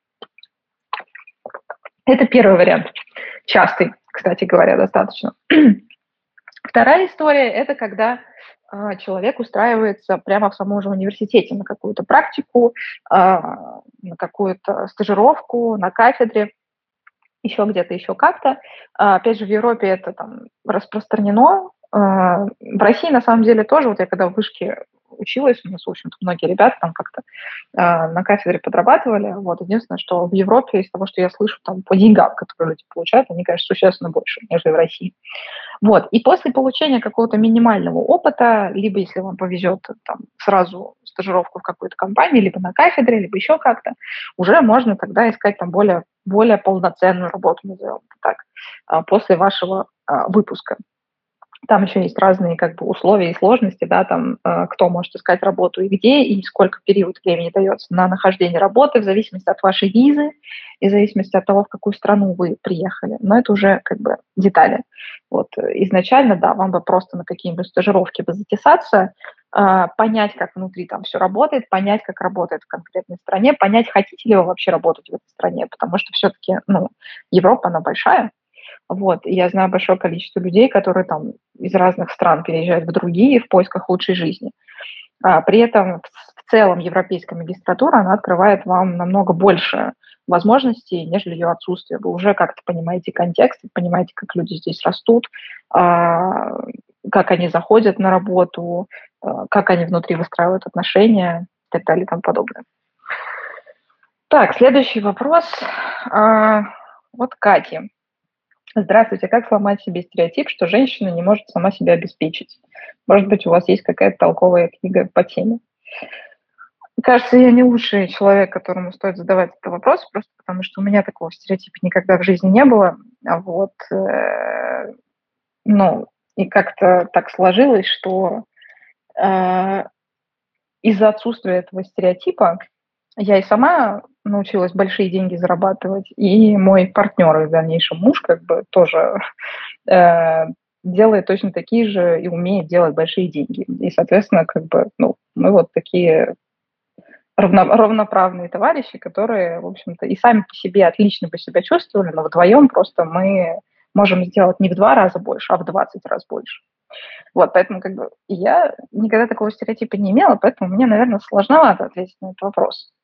Это первый вариант. Частый, кстати говоря, достаточно. Вторая история – это когда человек устраивается прямо в самом же университете на какую-то практику, на какую-то стажировку, на кафедре, еще где-то, еще как-то. Опять же, в Европе это там распространено. В России, на самом деле, тоже, вот я когда в вышке училась, у нас, в общем-то, многие ребята там как-то на кафедре подрабатывали. Вот, единственное, что в Европе, из того, что я слышу там по деньгам, которые люди получают, они, конечно, существенно больше, нежели в России. Вот. И после получения какого-то минимального опыта, либо, если вам повезет, там, сразу стажировку в какой-то компании, либо на кафедре, либо еще как-то, уже можно тогда искать там более полноценную работу, назовем это так, после вашего выпуска. Там еще есть разные как бы условия и сложности, да, там кто может искать работу и где, и сколько период времени дается на нахождение работы, в зависимости от вашей визы и в зависимости от того, в какую страну вы приехали. Но это уже как бы детали. Вот изначально, да, вам бы просто на какие-нибудь стажировки бы затесаться, понять, как внутри там все работает, понять, как работает в конкретной стране, понять, хотите ли вы вообще работать в этой стране, потому что все-таки, ну, Европа, она большая. Вот, и я знаю большое количество людей, которые там из разных стран переезжают в другие в поисках лучшей жизни. При этом в целом европейская магистратура, она открывает вам намного больше возможностей, нежели ее отсутствие. Вы уже как-то понимаете контекст, понимаете, как люди здесь растут, как они заходят на работу, как они внутри выстраивают отношения и так далее и тому подобное. Так, следующий вопрос от Кати. Здравствуйте, как сломать себе стереотип, что женщина не может сама себя обеспечить? Может быть, у вас есть какая-то толковая книга по теме? Кажется, я не лучший человек, которому стоит задавать этот вопрос, просто потому что у меня такого стереотипа никогда в жизни не было. Вот, ну, и как-то так сложилось, что из-за отсутствия этого стереотипа я и сама научилась большие деньги зарабатывать, и мой партнер, и в дальнейшем муж, как бы тоже делает точно такие же и умеет делать большие деньги. И, соответственно, как бы, ну, мы вот такие равноправные товарищи, которые, в общем-то, и сами по себе отлично бы себя чувствовали, но вдвоем просто мы можем сделать не в 2 раза больше, а в 20 раз больше. Вот, поэтому как бы я никогда такого стереотипа не имела, поэтому мне, наверное, сложновато ответить на этот вопрос.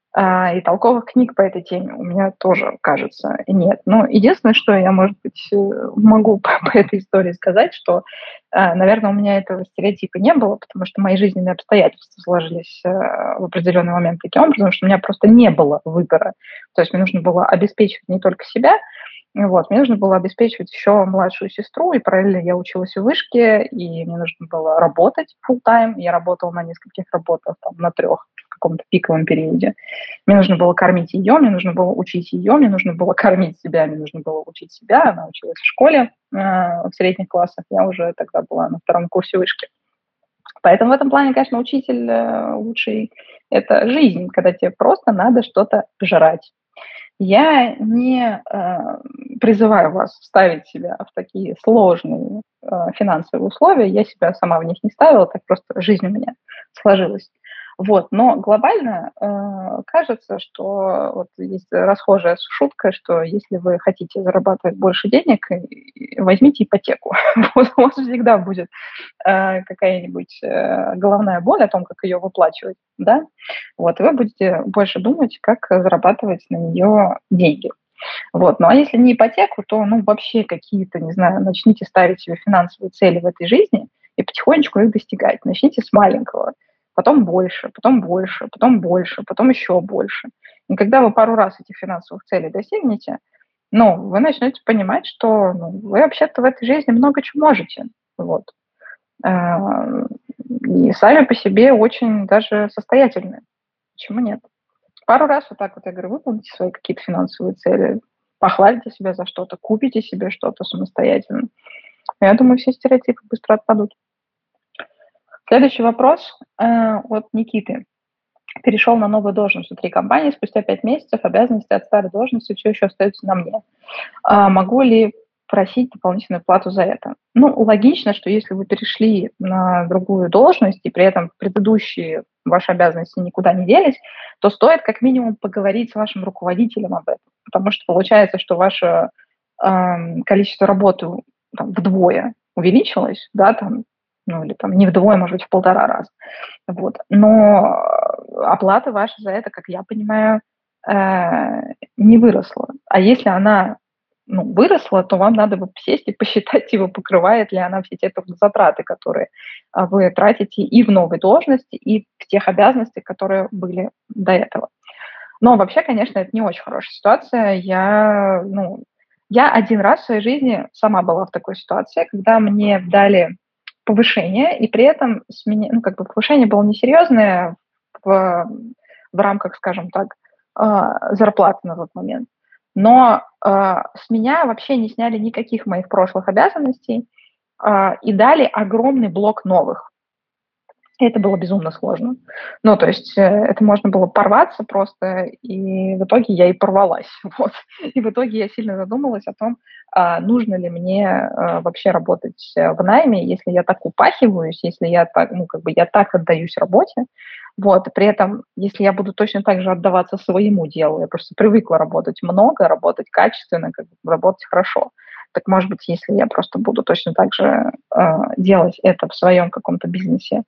И толковых книг по этой теме у меня тоже, кажется, нет. Но единственное, что я, может быть, могу по этой истории сказать, что, наверное, у меня этого стереотипа не было, потому что мои жизненные обстоятельства сложились в определенный момент таким образом, что у меня просто не было выбора. То есть мне нужно было обеспечивать не только себя, вот, мне нужно было обеспечивать еще младшую сестру, и параллельно я училась в вышке, и мне нужно было работать full-time. Я работала на нескольких работах, там, на 3 в каком-то пиковом периоде. Мне нужно было кормить ее, мне нужно было учить ее, мне нужно было кормить себя, мне нужно было учить себя. Она училась в школе в средних классах, я уже тогда была на 2 курсе вышки. Поэтому в этом плане, конечно, учитель лучший – это жизнь, когда тебе просто надо что-то жрать. Я не призываю вас ставить себя в такие сложные финансовые условия. Я себя сама в них не ставила, так просто жизнь у меня сложилась. Вот. Но глобально кажется, что вот есть расхожая шутка, что если вы хотите зарабатывать больше денег, возьмите ипотеку. Вот у вас всегда будет какая-нибудь головная боль о том, как ее выплачивать, да? Вот, и вы будете больше думать, как зарабатывать на нее деньги. Вот. Ну а если не ипотеку, то ну, вообще какие-то, не знаю, начните ставить себе финансовые цели в этой жизни и потихонечку их достигать. Начните с маленького, потом больше, потом больше, потом больше, потом еще больше. И когда вы пару раз этих финансовых целей достигнете, ну, вы начнете понимать, что ну, вы вообще-то в этой жизни много чего можете. Вот. И сами по себе очень даже состоятельны. Почему нет? пару раз вот так вот, я говорю, выполните свои какие-то финансовые цели, похвалите себя за что-то, купите себе что-то самостоятельно. Я думаю, все стереотипы быстро отпадут. Следующий вопрос от Никиты. Перешел на новую должность внутри компании, спустя 5 месяцев обязанности от старой должности все еще остаются на мне. Могу ли просить дополнительную плату за это? Ну, логично, что если вы перешли на другую должность, и при этом предыдущие ваши обязанности никуда не делись, то стоит как минимум поговорить с вашим руководителем об этом. Потому что получается, что ваше количество работы там, вдвое увеличилось, да, там, ну или там не вдвое, может быть, в 1,5 раза. Вот. Но оплата ваша за это, как я понимаю, не выросла. А если она выросла, то вам надо бы сесть и посчитать, его покрывает ли она все те затраты, которые вы тратите и в новой должности, и в тех обязанностях, которые были до этого. Но вообще, конечно, это не очень хорошая ситуация. Я один раз в своей жизни сама была в такой ситуации, когда мне дали повышение, и при этом повышение было несерьезное в рамках, скажем так, зарплаты на тот момент. Но с меня вообще не сняли никаких моих прошлых обязанностей и дали огромный блок новых. И это было безумно сложно. Ну, то есть это можно было порваться просто, и в итоге я и порвалась. Вот. И в итоге я сильно задумалась о том, нужно ли мне вообще работать в найме, если я так упахиваюсь, если я так, я так отдаюсь работе. Вот. И при этом, если я буду точно так же отдаваться своему делу, я просто привыкла работать много, работать качественно, работать хорошо. Так, может быть, если я просто буду точно так же делать это в своем каком-то бизнесе,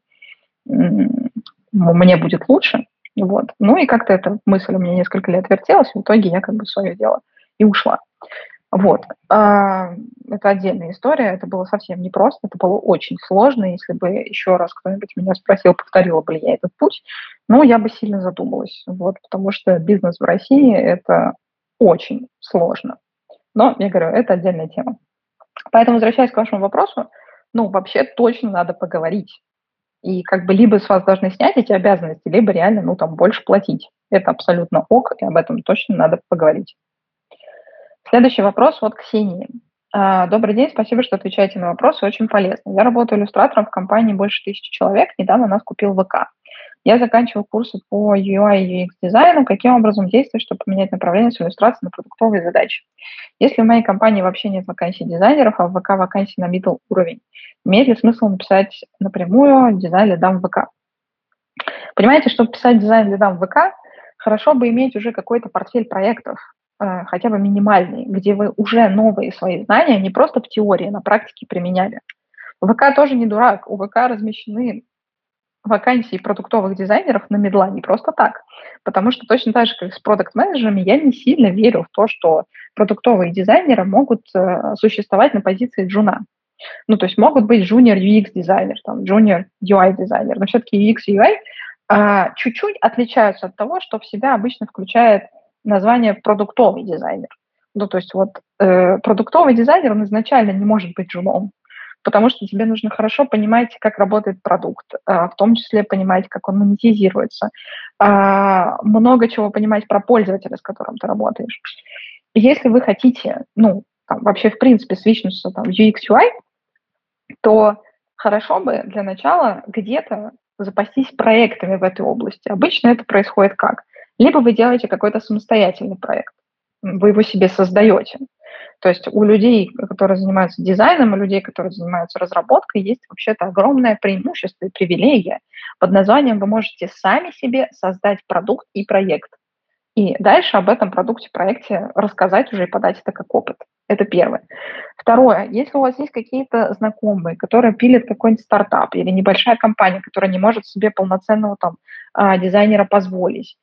мне будет лучше. Вот. Ну и как-то эта мысль у меня несколько лет вертелась, в итоге я свое дело и ушла. Вот. Это отдельная история, это было совсем непросто, это было очень сложно. Если бы еще раз кто-нибудь меня спросил, повторила бы ли я этот путь, я бы сильно задумалась. Вот, потому что бизнес в России – это очень сложно. Но, я говорю, это отдельная тема. Поэтому, возвращаясь к вашему вопросу, вообще точно надо поговорить. И либо с вас должны снять эти обязанности, либо реально, больше платить. Это абсолютно ок, и об этом точно надо поговорить. Следующий вопрос от Ксении. Добрый день, спасибо, что отвечаете на вопросы, очень полезно. Я работаю иллюстратором в компании больше 1000 человек, недавно нас купил ВК. Я заканчиваю курсы по UI и UX дизайну. Каким образом действовать, чтобы поменять направление с иллюстрации на продуктовые задачи? Если в моей компании вообще нет вакансий дизайнеров, а в ВК вакансий на middle уровень, имеет ли смысл написать напрямую дизайн лидам в ВК? Понимаете, чтобы писать дизайн лидам в ВК, хорошо бы иметь уже какой-то портфель проектов, хотя бы минимальный, где вы уже новые свои знания не просто в теории, на практике применяли. ВК тоже не дурак. У ВК размещены вакансии продуктовых дизайнеров на медла не просто так. Потому что точно так же, как с продакт-менеджерами, я не сильно верю в то, что продуктовые дизайнеры могут существовать на позиции джуна. То есть могут быть junior UX-дизайнер, junior UI-дизайнер, но все-таки UX и UI чуть-чуть отличаются от того, что в себя обычно включает название продуктовый дизайнер. То есть продуктовый дизайнер, он изначально не может быть джуном, потому что тебе нужно хорошо понимать, как работает продукт, в том числе понимать, как он монетизируется, много чего понимать про пользователя, с которым ты работаешь. Если вы хотите, вообще, в принципе, свичнуться в UX, UI, то хорошо бы для начала где-то запастись проектами в этой области. Обычно это происходит как? Либо вы делаете какой-то самостоятельный проект, вы его себе создаете. То есть у людей, которые занимаются дизайном, у людей, которые занимаются разработкой, есть вообще-то огромное преимущество и привилегия. Под названием вы можете сами себе создать продукт и проект. И дальше об этом продукте, проекте рассказать уже и подать это как опыт. Это первое. Второе. Если у вас есть какие-то знакомые, которые пилят какой-нибудь стартап или небольшая компания, которая не может себе полноценного дизайнера позволить,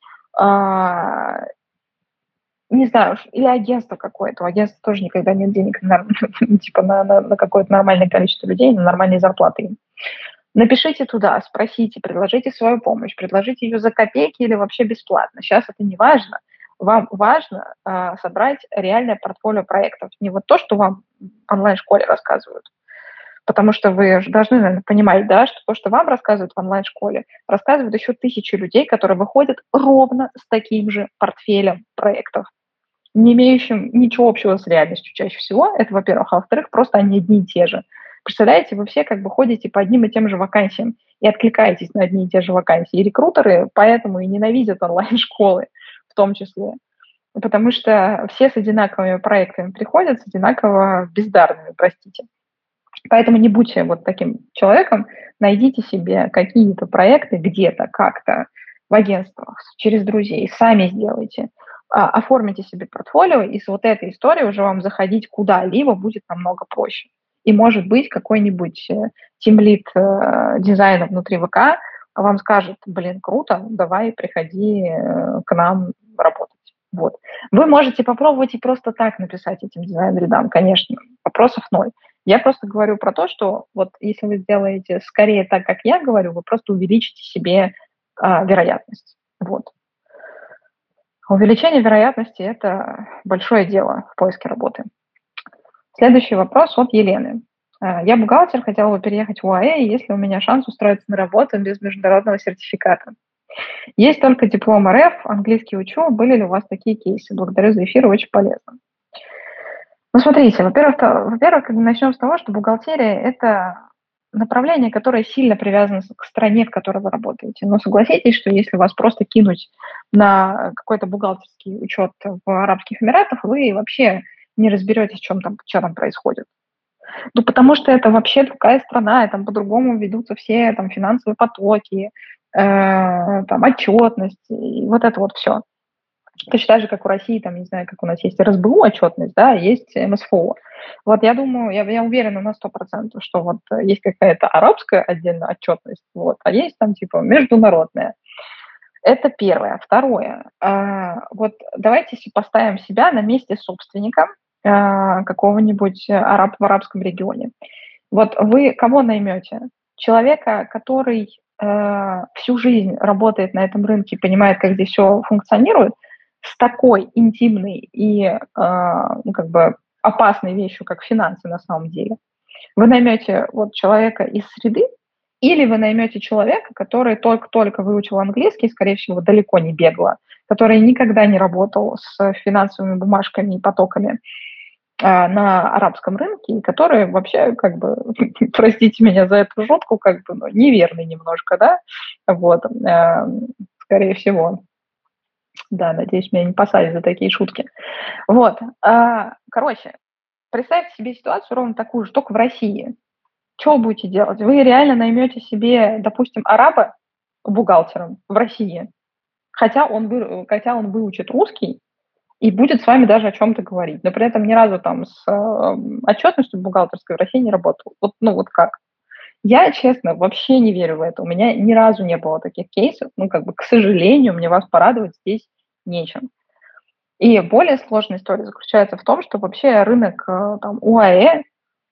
не знаю, или агентство какое-то. У агентства тоже никогда нет денег на какое-то нормальное количество людей, на нормальные зарплаты им. Напишите туда, спросите, предложите свою помощь, предложите ее за копейки или вообще бесплатно. Сейчас это не важно. Вам важно собрать реальное портфолио проектов. Не вот то, что вам в онлайн-школе рассказывают. Потому что вы же должны, наверное, понимать, да, что то, что вам рассказывают в онлайн-школе, рассказывают еще тысячи людей, которые выходят ровно с таким же портфелем проектов, не имеющим ничего общего с реальностью чаще всего. Это, во-первых. А во-вторых, просто они одни и те же. Представляете, вы все как бы ходите по одним и тем же вакансиям и откликаетесь на одни и те же вакансии. И рекрутеры поэтому и ненавидят онлайн-школы в том числе. Потому что все с одинаковыми проектами приходят, с одинаково бездарными, простите. Поэтому не будьте вот таким человеком, найдите себе какие-то проекты где-то, как-то, в агентствах, через друзей, сами сделайте, оформите себе портфолио, и с вот этой историей уже вам заходить куда-либо будет намного проще. И, может быть, какой-нибудь тимлид дизайна внутри ВК вам скажет, блин, круто, давай приходи к нам работать. Вот. Вы можете попробовать и просто так написать этим дизайн-лидам, конечно, вопросов ноль. Я просто говорю про то, что вот если вы сделаете скорее так, как я говорю, вы просто увеличите себе вероятность. Вот. Увеличение вероятности – это большое дело в поиске работы. Следующий вопрос от Елены. Я бухгалтер, хотела бы переехать в УАЭ, есть ли у меня шанс устроиться на работу без международного сертификата? Есть только диплом РФ, английский учу. Были ли у вас такие кейсы? Благодарю за эфир, очень полезно. Ну, смотрите, во-первых, начнем с того, что бухгалтерия – это направление, которое сильно привязано к стране, в которой вы работаете. Но согласитесь, что если вас просто кинуть на какой-то бухгалтерский учет в Арабских Эмиратах, вы вообще не разберетесь, что там происходит. Ну, потому что это вообще другая страна, и там по-другому ведутся все там финансовые потоки, там отчетность, и вот это вот все. Точно так же, как у России, там, не знаю, как у нас есть РСБУ отчетность, да, есть МСФО. Вот я думаю, я уверена на 100%, что вот есть какая-то арабская отдельная отчетность, вот, а есть там типа международная. Это первое. Второе. Вот давайте поставим себя на месте собственника какого-нибудь в арабском регионе. Вот вы кого наймете? Человека, который всю жизнь работает на этом рынке и понимает, как здесь все функционирует, с такой интимной и как бы опасной вещью, как финансы на самом деле. Вы наймете вот человека из среды, или вы наймете человека, который только-только выучил английский, скорее всего, далеко не бегло, который никогда не работал с финансовыми бумажками и потоками на арабском рынке, и который вообще, как бы, простите меня за эту шутку, как бы, неверный немножко, да, вот, скорее всего. Да, надеюсь, меня не посадят за такие шутки. Вот, короче, представьте себе ситуацию ровно такую же, только в России. Что вы будете делать? Вы реально наймете себе, допустим, араба бухгалтером в России, хотя он выучит русский и будет с вами даже о чем-то говорить, но при этом ни разу там с отчетностью бухгалтерской в России не работал. Вот, вот как? Я, честно, вообще не верю в это. У меня ни разу не было таких кейсов. Как бы, к сожалению, мне вас порадовать здесь нечем. И более сложная история заключается в том, что вообще рынок там, УАЭ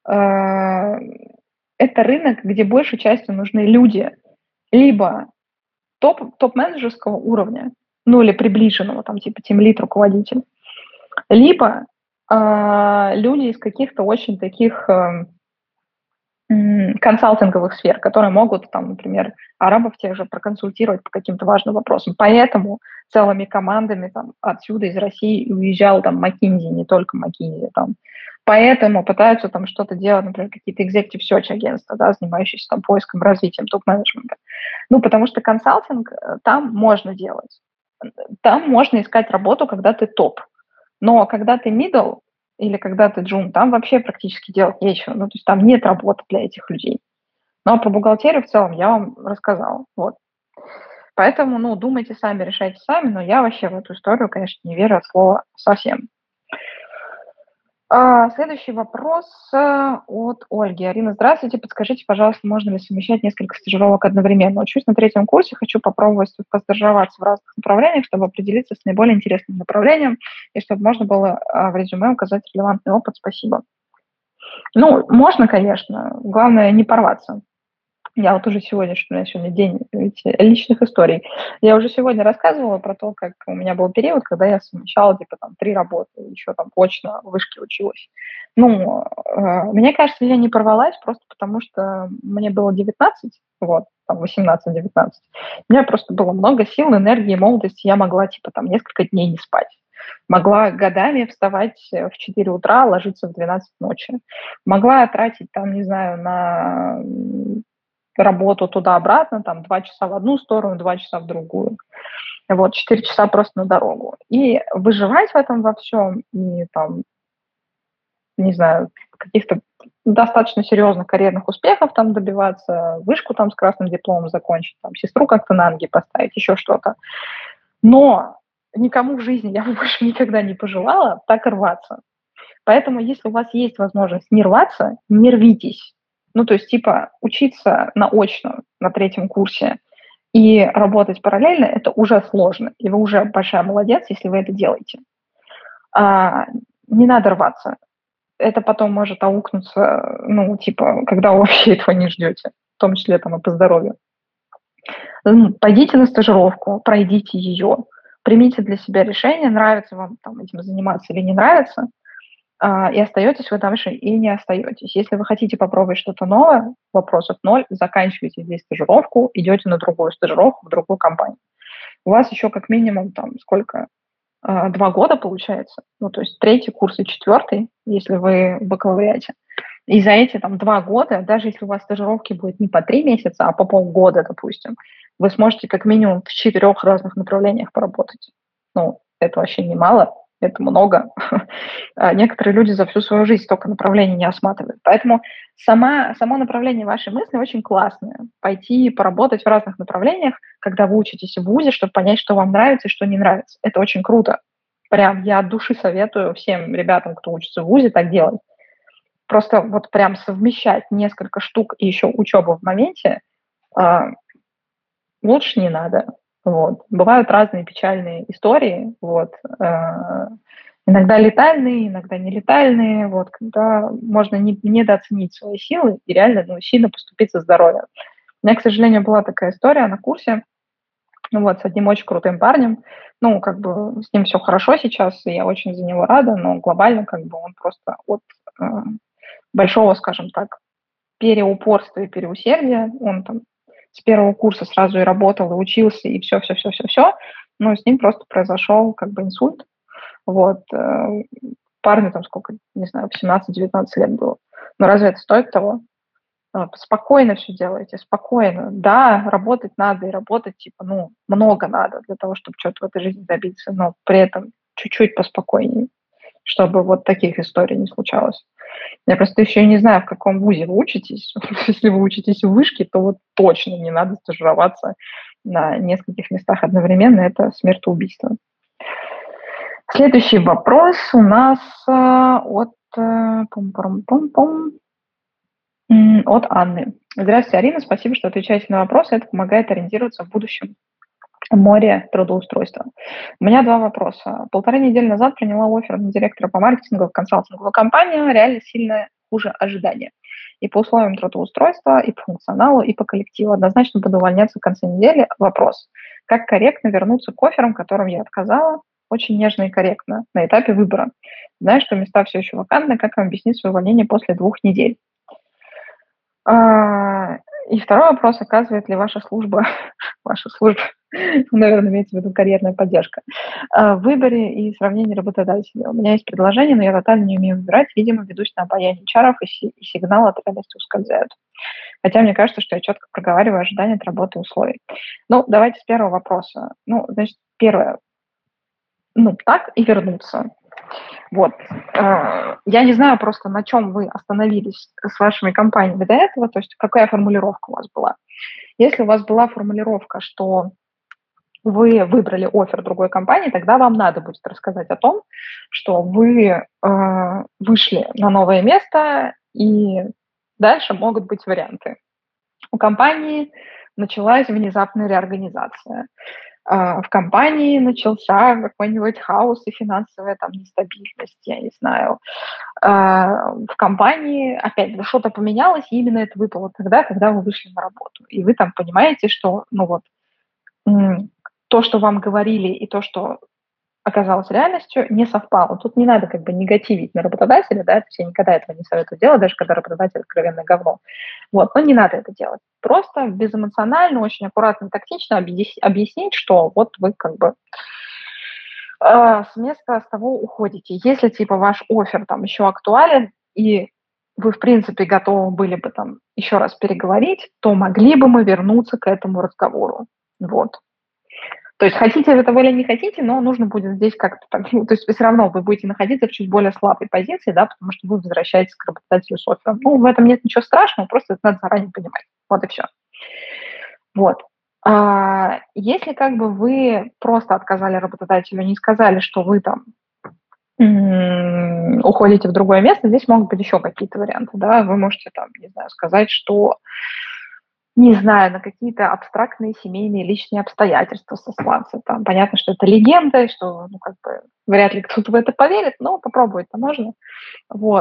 это рынок, где большей частью нужны люди либо топ-менеджерского уровня, или приближенного, там, типа тимлид, руководитель, либо люди из каких-то очень таких консалтинговых сфер, которые могут, там, например, арабов тех же проконсультировать по каким-то важным вопросам. Поэтому целыми командами там, отсюда, из России, уезжал там McKinsey, не только McKinsey. Там. Поэтому пытаются там что-то делать, например, какие-то executive search агентства, да, занимающиеся там поиском, развитием топ-менеджмента. Потому что консалтинг там можно делать. Там можно искать работу, когда ты топ. Но когда ты middle, или когда ты джун, там вообще практически делать нечего. То есть там нет работы для этих людей. Но про бухгалтерию в целом я вам рассказала. Вот. Поэтому, думайте сами, решайте сами, но я вообще в эту историю, конечно, не верю от слова совсем. Следующий вопрос от Ольги. Арина, здравствуйте. Подскажите, пожалуйста, можно ли совмещать несколько стажировок одновременно? Учусь на 3-м курсе, хочу попробовать постажироваться в разных направлениях, чтобы определиться с наиболее интересным направлением и чтобы можно было в резюме указать релевантный опыт. Спасибо. Можно, конечно. Главное, не порваться. Я вот уже сегодня, что у меня сегодня день личных историй. Я уже сегодня рассказывала про то, как у меня был период, когда я совмещала, типа, там, 3 работы, еще там очно в вышке училась. Ну, мне кажется, я не порвалась просто потому, что мне было 19, вот, там, 18-19. У меня просто было много сил, энергии, молодости. Я могла, типа, там, несколько дней не спать. Могла годами вставать в 4 утра, ложиться в 12 ночи. Могла тратить, там, не знаю, на работу туда-обратно, там 2 часа в одну сторону, 2 часа в другую. Вот, 4 часа просто на дорогу. И выживать в этом во всем, и там, не знаю, каких-то достаточно серьезных карьерных успехов там добиваться, вышку там с красным дипломом закончить, там, сестру как-то на ноги поставить, еще что-то. Но никому в жизни я бы больше никогда не пожелала так рваться. Поэтому, если у вас есть возможность не рваться, не рвитесь. Ну, то есть, типа, учиться на очно на 3 курсе и работать параллельно – это уже сложно, и вы уже большая молодец, если вы это делаете. А, не надо рваться. Это потом может аукнуться, ну, типа, когда вы вообще этого не ждете, в том числе там и по здоровью. Пойдите на стажировку, пройдите ее, примите для себя решение, нравится вам там этим заниматься или не нравится, и остаетесь вы дальше и не остаетесь. Если вы хотите попробовать что-то новое, вопросов ноль, заканчиваете здесь стажировку, идете на другую стажировку в другую компанию. У вас еще как минимум там сколько? 2 года получается. Ну, то есть 3 курс и 4, если вы в бакалавриате. И за эти там 2 года, даже если у вас стажировки будет не по 3 месяца, а по полгода, допустим, вы сможете как минимум в 4 разных направлениях поработать. Ну, это вообще немало, это много. Некоторые люди за всю свою жизнь столько направлений не осматривают. Поэтому само направление вашей мысли очень классное. Пойти поработать в разных направлениях, когда вы учитесь в ВУЗе, чтобы понять, что вам нравится и что не нравится. Это очень круто. Прям я от души советую всем ребятам, кто учится в ВУЗе, так делать. Просто вот прям совмещать несколько штук и еще учебу в моменте лучше не надо. Вот. Бывают разные печальные истории, вот. Иногда летальные, иногда нелетальные, вот, когда можно недооценить свои силы и реально сильно поступить со здоровьем. У меня, к сожалению, была такая история на курсе, вот, с одним очень крутым парнем. Ну, как бы с ним все хорошо сейчас, и я очень за него рада, но глобально как бы он просто от большого, скажем так, переупорства и переусердия, он там с 1 курса сразу и работал, и учился, и все, но с ним просто произошел как бы инсульт. Вот. Парню там сколько, не знаю, 18-19 лет было. Но разве это стоит того? Спокойно все делайте, спокойно. Да, работать надо, и работать, типа, много надо для того, чтобы что-то в этой жизни добиться, но при этом чуть-чуть поспокойнее, чтобы вот таких историй не случалось. Я просто еще не знаю, в каком вузе вы учитесь. Если вы учитесь в вышке, то вот точно не надо стажироваться на нескольких местах одновременно. Это смертоубийство. Следующий вопрос у нас от Анны. Здравствуйте, Арина. Спасибо, что отвечаете на вопросы. Это помогает ориентироваться в будущем море трудоустройства. У меня 2 вопроса. 1,5 недели назад приняла оффер на директора по маркетингу в консалтинговую компанию. Реально сильно хуже ожидания. И по условиям трудоустройства, и по функционалу, и по коллективу. Однозначно буду увольняться в конце недели. Вопрос. Как корректно вернуться к офферам, которым я отказала? Очень нежно и корректно на этапе выбора. Знаю, что места все еще вакантны. Как вам объяснить свое увольнение после 2 недель? И второй вопрос. Оказывает ли ваша служба, наверное, имеется в виду карьерная поддержка, в выборе и сравнении работодателей? У меня есть предложение, но я тотально не умею выбирать. Видимо, ведусь на обаяние чаров, и сигналы от реальности ускользают. Хотя мне кажется, что я четко проговариваю ожидания от работы и условий. Ну, давайте с первого вопроса. Значит, первое. Так и вернуться. Вот. Я не знаю просто, на чем вы остановились с вашими компаниями до этого, то есть какая формулировка у вас была. Если у вас была формулировка, что вы выбрали оффер другой компании, тогда вам надо будет рассказать о том, что вы вышли на новое место, и дальше могут быть варианты. У компании началась внезапная реорганизация. в компании начался какой-нибудь хаос и финансовая там нестабильность, я не знаю. В компании опять что-то поменялось, и именно это выпало тогда, когда вы вышли на работу. И вы там понимаете, что то, что вам говорили, и то, что оказалось реальностью, не совпало. Тут не надо как бы негативить на работодателя, да, то есть я никогда этого не советую делать, даже когда работодатель откровенное говно. Вот, но не надо это делать. Просто безэмоционально, очень аккуратно, тактично объяснить, что вот вы как бы с места с того уходите. Если типа ваш оффер там еще актуален, и вы, в принципе, готовы были бы там еще раз переговорить, то могли бы мы вернуться к этому разговору. Вот. То есть хотите вы этого или не хотите, но нужно будет здесь как-то так, то есть все равно вы будете находиться в чуть более слабой позиции, да, потому что вы возвращаетесь к работодателю с оффером. Ну, в этом нет ничего страшного, просто это надо заранее понимать. Вот и все. Вот. Если как бы вы просто отказали работодателю, не сказали, что вы там уходите в другое место, здесь могут быть еще какие-то варианты, да, вы можете там, не знаю, сказать, что не знаю, на какие-то абстрактные семейные личные обстоятельства сослаться. Там понятно, что это легенда, что как бы вряд ли кто-то в это поверит, но попробовать-то можно. Вот.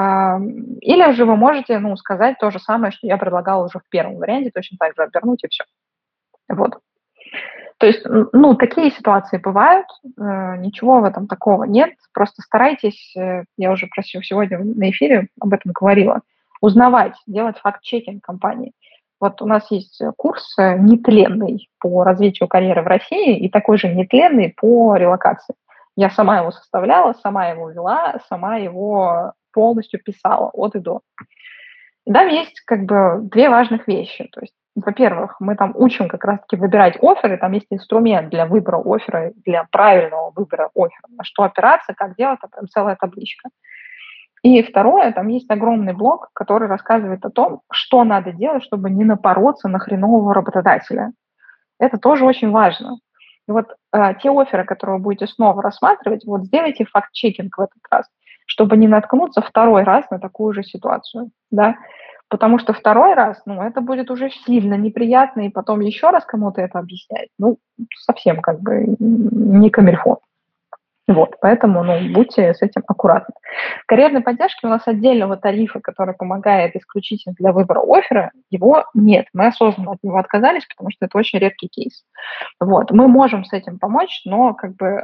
Или же вы можете сказать то же самое, что я предлагала уже в первом варианте, точно так же обернуть и все. Вот. То есть, такие ситуации бывают, ничего в этом такого нет. Просто старайтесь, я уже сегодня на эфире об этом говорила, узнавать, делать факт-чекинг компании. Вот у нас есть курс нетленный по развитию карьеры в России и такой же нетленный по релокации. Я сама его составляла, сама его вела, сама его полностью писала от и до. И там есть как бы две важных вещи. То есть, во-первых, мы там учим как раз-таки выбирать офферы, там есть инструмент для выбора оффера, для правильного выбора оффера, на что опираться, как делать, там прям целая табличка. И второе, там есть огромный блок, который рассказывает о том, что надо делать, чтобы не напороться на хренового работодателя. Это тоже очень важно. И вот те офферы, которые вы будете снова рассматривать, вот сделайте факт-чекинг в этот раз, чтобы не наткнуться второй раз на такую же ситуацию, да, потому что второй раз, это будет уже сильно неприятно, и потом еще раз кому-то это объяснять, совсем как бы не камильфо. Вот, поэтому, будьте с этим аккуратны. В карьерной поддержке у нас отдельного тарифа, который помогает исключительно для выбора оффера, его нет. Мы осознанно от него отказались, потому что это очень редкий кейс. Вот, мы можем с этим помочь, но как бы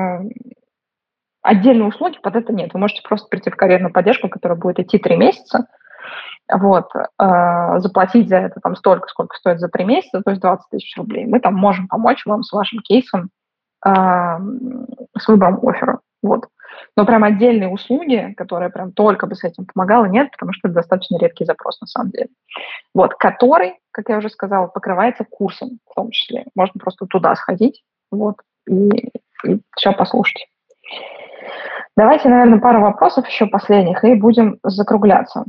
отдельные услуги под это нет. Вы можете просто прийти в карьерную поддержку, которая будет идти 3 месяца, вот, заплатить за это там столько, сколько стоит за 3 месяца, то есть 20 тысяч рублей. Мы там можем помочь вам с вашим кейсом, с выбором оффера. Вот. Но прям отдельные услуги, которые прям только бы с этим помогало, нет, потому что это достаточно редкий запрос на самом деле. Вот, который, как я уже сказала, покрывается курсом в том числе. Можно просто туда сходить, вот, и все послушать. Давайте, наверное, пару вопросов еще последних, и будем закругляться.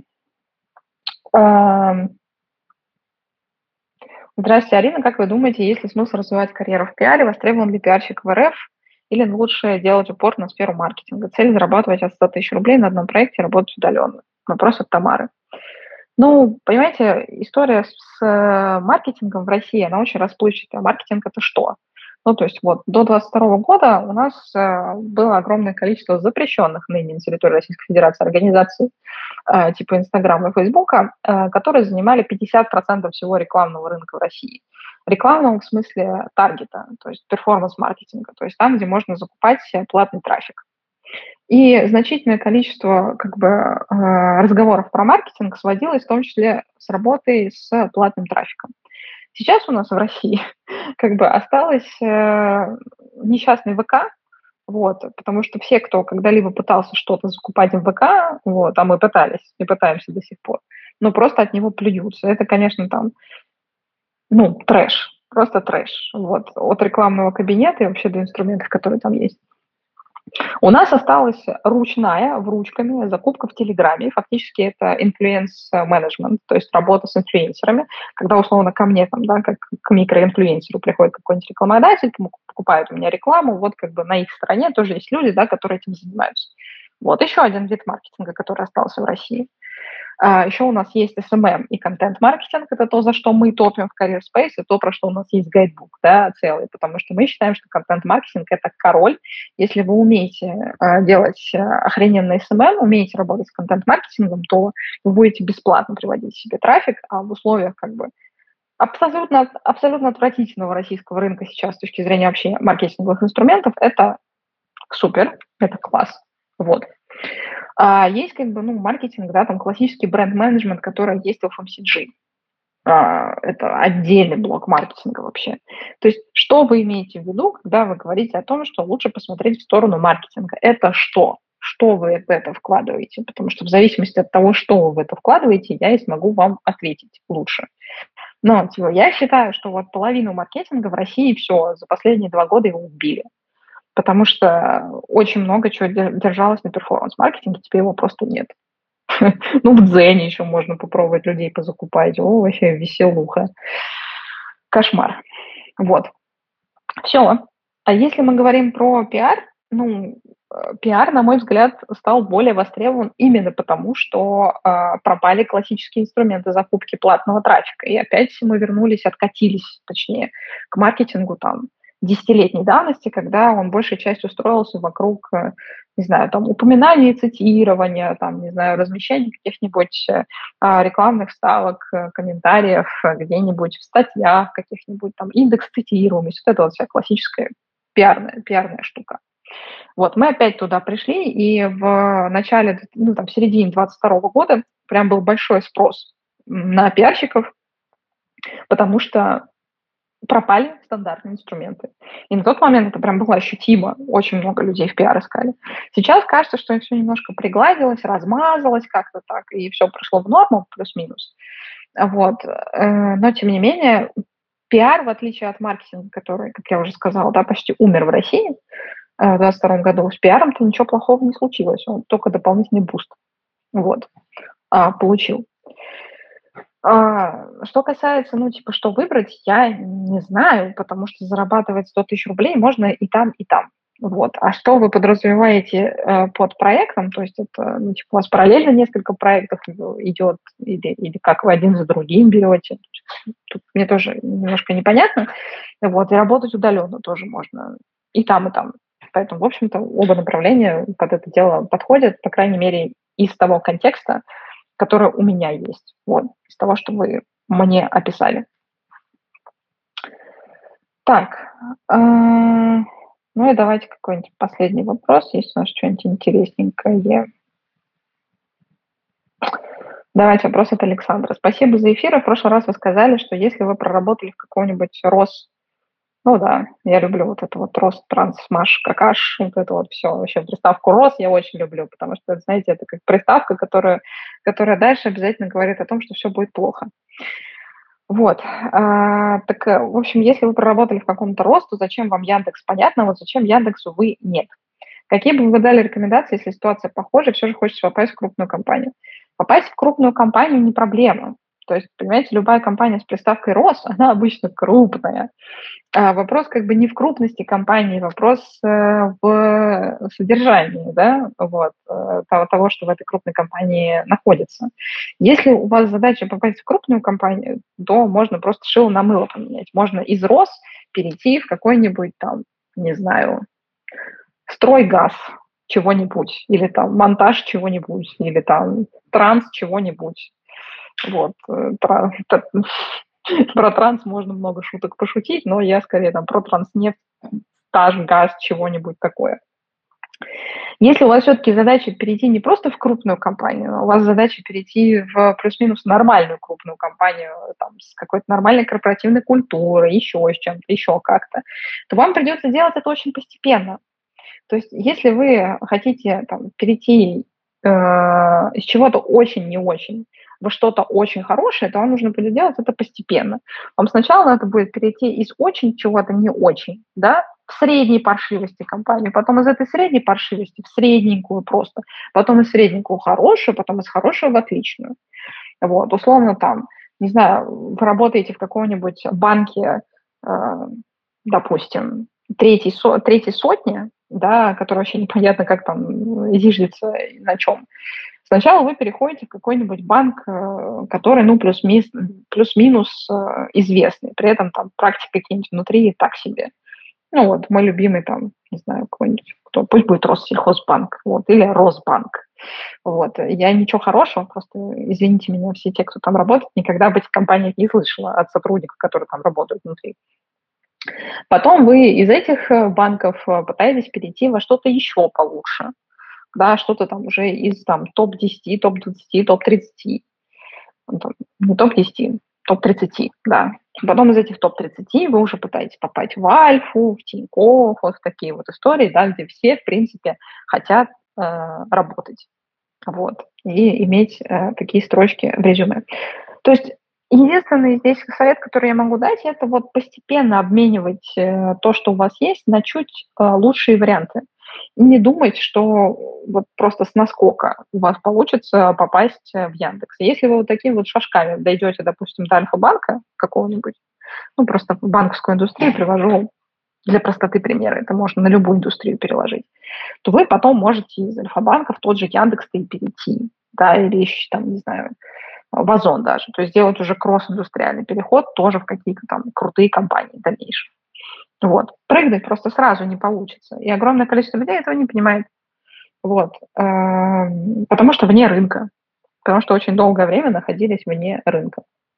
Здравствуйте, Арина. Как вы думаете, есть ли смысл развивать карьеру в пиаре? Востребован ли пиарщик в РФ? Или лучше делать упор на сферу маркетинга? Цель зарабатывать от 100 тысяч рублей на одном проекте и работать удаленно. Вопрос от Тамары. Понимаете, история с маркетингом в России, она очень расплывчатая. Маркетинг – это что? То есть вот до 2022 года у нас было огромное количество запрещенных ныне на территории Российской Федерации организаций типа Инстаграма и Фейсбука, которые занимали 50% всего рекламного рынка в России. Рекламного в смысле таргета, то есть перформанс-маркетинга, то есть там, где можно закупать платный трафик. И значительное количество разговоров про маркетинг сводилось в том числе с работой с платным трафиком. Сейчас у нас в России осталось несчастный ВК, вот, потому что все, кто когда-либо пытался что-то закупать в ВК, вот, а мы пытались и пытаемся до сих пор, просто от него плюются. Это, конечно, там, трэш, просто трэш, вот, от рекламного кабинета и вообще до инструментов, которые там есть. У нас осталась ручная, ручками закупка в Телеграме. Фактически это инфлюенс-менеджмент, то есть работа с инфлюенсерами, когда условно ко мне, как к микроинфлюенсеру приходит какой-нибудь рекламодатель, покупает у меня рекламу, вот на их стороне тоже есть люди, которые этим занимаются. Вот еще один вид маркетинга, который остался в России. Еще у нас есть SMM и контент-маркетинг, это то, за что мы топим в Career Space, и то, про что у нас есть гайдбук, да, целый, потому что мы считаем, что контент-маркетинг – это король. Если вы умеете делать охрененный SMM, умеете работать с контент-маркетингом, то вы будете бесплатно приводить себе трафик, а в условиях как бы абсолютно отвратительного российского рынка сейчас с точки зрения вообще маркетинговых инструментов, это супер, это класс. Вот. А есть как бы, маркетинг, да, там классический бренд-менеджмент, который есть в FMCG. Это отдельный блок маркетинга вообще. То есть что вы имеете в виду, когда вы говорите о том, что лучше посмотреть в сторону маркетинга? Это что? Что вы в это вкладываете? Потому что в зависимости от того, что вы в это вкладываете, я и смогу вам ответить лучше. Но я считаю, что вот половину маркетинга в России все, за последние 2 года его убили. Потому что очень много чего держалось на перформанс-маркетинге, теперь его просто нет. В Дзене еще можно попробовать людей позакупать. О, вообще веселуха. Кошмар. Вот. Все. А если мы говорим про пиар, пиар, на мой взгляд, стал более востребован именно потому, что пропали классические инструменты закупки платного трафика. И опять мы откатились, точнее, к маркетингу там десятилетней давности, когда он большей частью строился вокруг, не знаю, там, упоминания, цитирования, там, не знаю, размещения каких-нибудь рекламных вставок, комментариев где-нибудь в статьях каких-нибудь, там, индекс цитируемости, вот это вот вся классическая пиарная штука. Вот, мы опять туда пришли, и в начале, в середине 22 года прям был большой спрос на пиарщиков, потому что пропали стандартные инструменты. И на тот момент это прям было ощутимо. Очень много людей в пиар искали. Сейчас кажется, что все немножко пригладилось, размазалось как-то так, и все прошло в норму, плюс-минус. Вот. Но, тем не менее, пиар, в отличие от маркетинга, который, как я уже сказала, да, почти умер в России в 2022 году, с пиаром-то ничего плохого не случилось. Он только дополнительный буст получил. Что касается, что выбрать, я не знаю, потому что зарабатывать 100 тысяч рублей можно и там, и там. Вот. А что вы подразумеваете под проектом? То есть это, у вас параллельно несколько проектов идет, или как вы один за другим берете? Тут мне тоже немножко непонятно. Вот. И работать удаленно тоже можно и там, и там. Поэтому, в общем-то, оба направления под это дело подходят, по крайней мере, из того контекста, которое у меня есть, вот, из того, что вы мне описали. Так, и давайте какой-нибудь последний вопрос, есть у нас что-нибудь интересненькое. Давайте вопрос от Александра. Спасибо за эфир. В прошлый раз вы сказали, что если вы проработали в каком-нибудь я люблю вот это вот рост, транс, смаш, какаш, вот это вот все. Вообще приставку рос я очень люблю, потому что, знаете, это как приставка, которая дальше обязательно говорит о том, что все будет плохо. Вот. В общем, если вы проработали в каком-то росту, зачем вам Яндекс, понятно, вот зачем Яндексу вы нет. Какие бы вы дали рекомендации, если ситуация похожа, все же хочется попасть в крупную компанию? Попасть в крупную компанию не проблема. То есть, понимаете, любая компания с приставкой «рос», она обычно крупная. Вопрос не в крупности компании, вопрос в содержании, да, того, что в этой крупной компании находится. Если у вас задача попасть в крупную компанию, то можно просто шило на мыло поменять. Можно из РОС перейти в какой-нибудь стройгаз чего-нибудь, или монтаж чего-нибудь, или транс чего-нибудь. Вот. Про транс можно много шуток пошутить, но я скорее про транснефть, газ, чего-нибудь такое. Если у вас все-таки задача перейти не просто в крупную компанию, а у вас задача перейти в плюс-минус нормальную крупную компанию, с какой-то нормальной корпоративной культурой, еще с чем-то, еще как-то, то вам придется делать это очень постепенно. То есть если вы хотите перейти из чего-то очень не очень во что-то очень хорошее, то вам нужно будет делать это постепенно. Вам сначала надо будет перейти из очень чего-то не очень, да, в средней паршивости компанию, потом из этой средней паршивости в средненькую просто, потом из средненькую в хорошую, потом из хорошую в отличную. Вот, условно не знаю, вы работаете в каком-нибудь банке, допустим, третьей сотни, да, который вообще непонятно, как зиждется и на чем. Сначала вы переходите в какой-нибудь банк, который, плюс-минус известный, при этом там практики какие-нибудь внутри так себе. Ну вот, мой любимый там, не знаю, какой-нибудь, пусть будет Россельхозбанк, вот, или Росбанк. Вот. Я ничего хорошего, просто, извините меня, все те, кто там работает, никогда об этих компаниях не слышала от сотрудников, которые там работают внутри. Потом вы из этих банков пытаетесь перейти во что-то еще получше, да, что-то там уже из там, топ-10, топ-20, топ-30, не топ-10, топ-30, да. Потом из этих топ-30 вы уже пытаетесь попасть в Альфу, в Тинькофф, вот в такие вот истории, да, где все, в принципе, хотят работать, вот, и иметь такие строчки в резюме. То есть единственный здесь совет, который я могу дать, это вот постепенно обменивать то, что у вас есть, на чуть лучшие варианты. И не думать, что вот просто с наскока у вас получится попасть в Яндекс. Если вы вот такими вот шажками дойдете, допустим, до Альфа-банка какого-нибудь, ну, просто в банковскую индустрию привожу для простоты примера, это можно на любую индустрию переложить, то вы потом можете из Альфа-банка в тот же Яндекс и перейти, да, или еще там, не знаю, в Озон даже. То есть сделать уже кросс-индустриальный переход тоже в какие-то там крутые компании дальнейшие. Вот. Прыгнуть просто сразу не получится. И огромное количество людей этого не понимает. Вот. Потому что вне рынка. Потому что очень долгое время находились вне рынка.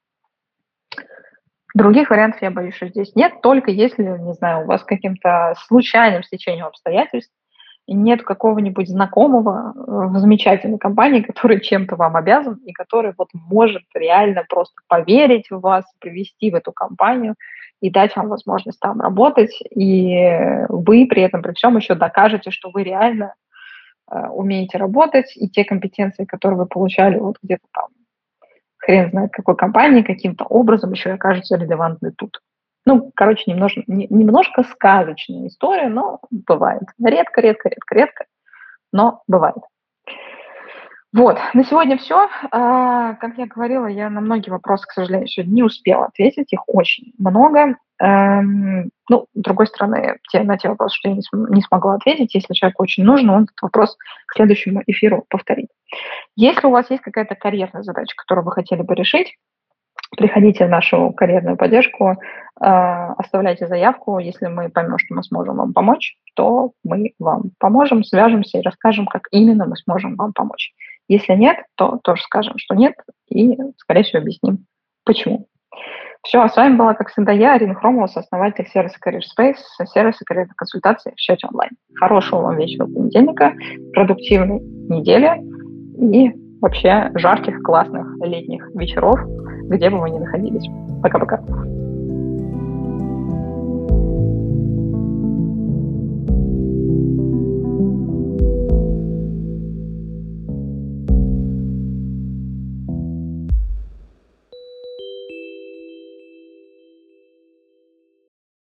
Других вариантов, я боюсь, что здесь нет, только если, не знаю, у вас каким-то случайным стечением обстоятельств нет какого-нибудь знакомого в замечательной компании, который чем-то вам обязан и который вот может реально просто поверить в вас, привести в эту компанию и дать вам возможность там работать, и вы при этом, при всем еще докажете, что вы реально умеете работать, и те компетенции, которые вы получали вот где-то там, хрен знает какой компании, каким-то образом еще и окажутся релевантны тут. Ну, короче, немножко сказочная история, но бывает. Редко, но бывает. Вот, на сегодня все. Как я говорила, я на многие вопросы, к сожалению, сегодня не успела ответить, их очень много. Ну, с другой стороны, на те вопросы, что я не смогла ответить, если человеку очень нужно, он этот вопрос к следующему эфиру повторит. Если у вас есть какая-то карьерная задача, которую вы хотели бы решить, приходите в нашу карьерную поддержку, оставляйте заявку. Если мы поймем, что мы сможем вам помочь, то мы вам поможем, свяжемся и расскажем, как именно мы сможем вам помочь. Если нет, то тоже скажем, что нет, и, скорее всего, объясним, почему. Все, а с вами была, как всегда, я, Арина Хромова, сооснователь сервиса CareerSpace, сервиса карьерной консультации в чате онлайн. Хорошего вам вечера понедельника, продуктивной недели и вообще жарких, классных летних вечеров, где бы вы ни находились. Пока-пока.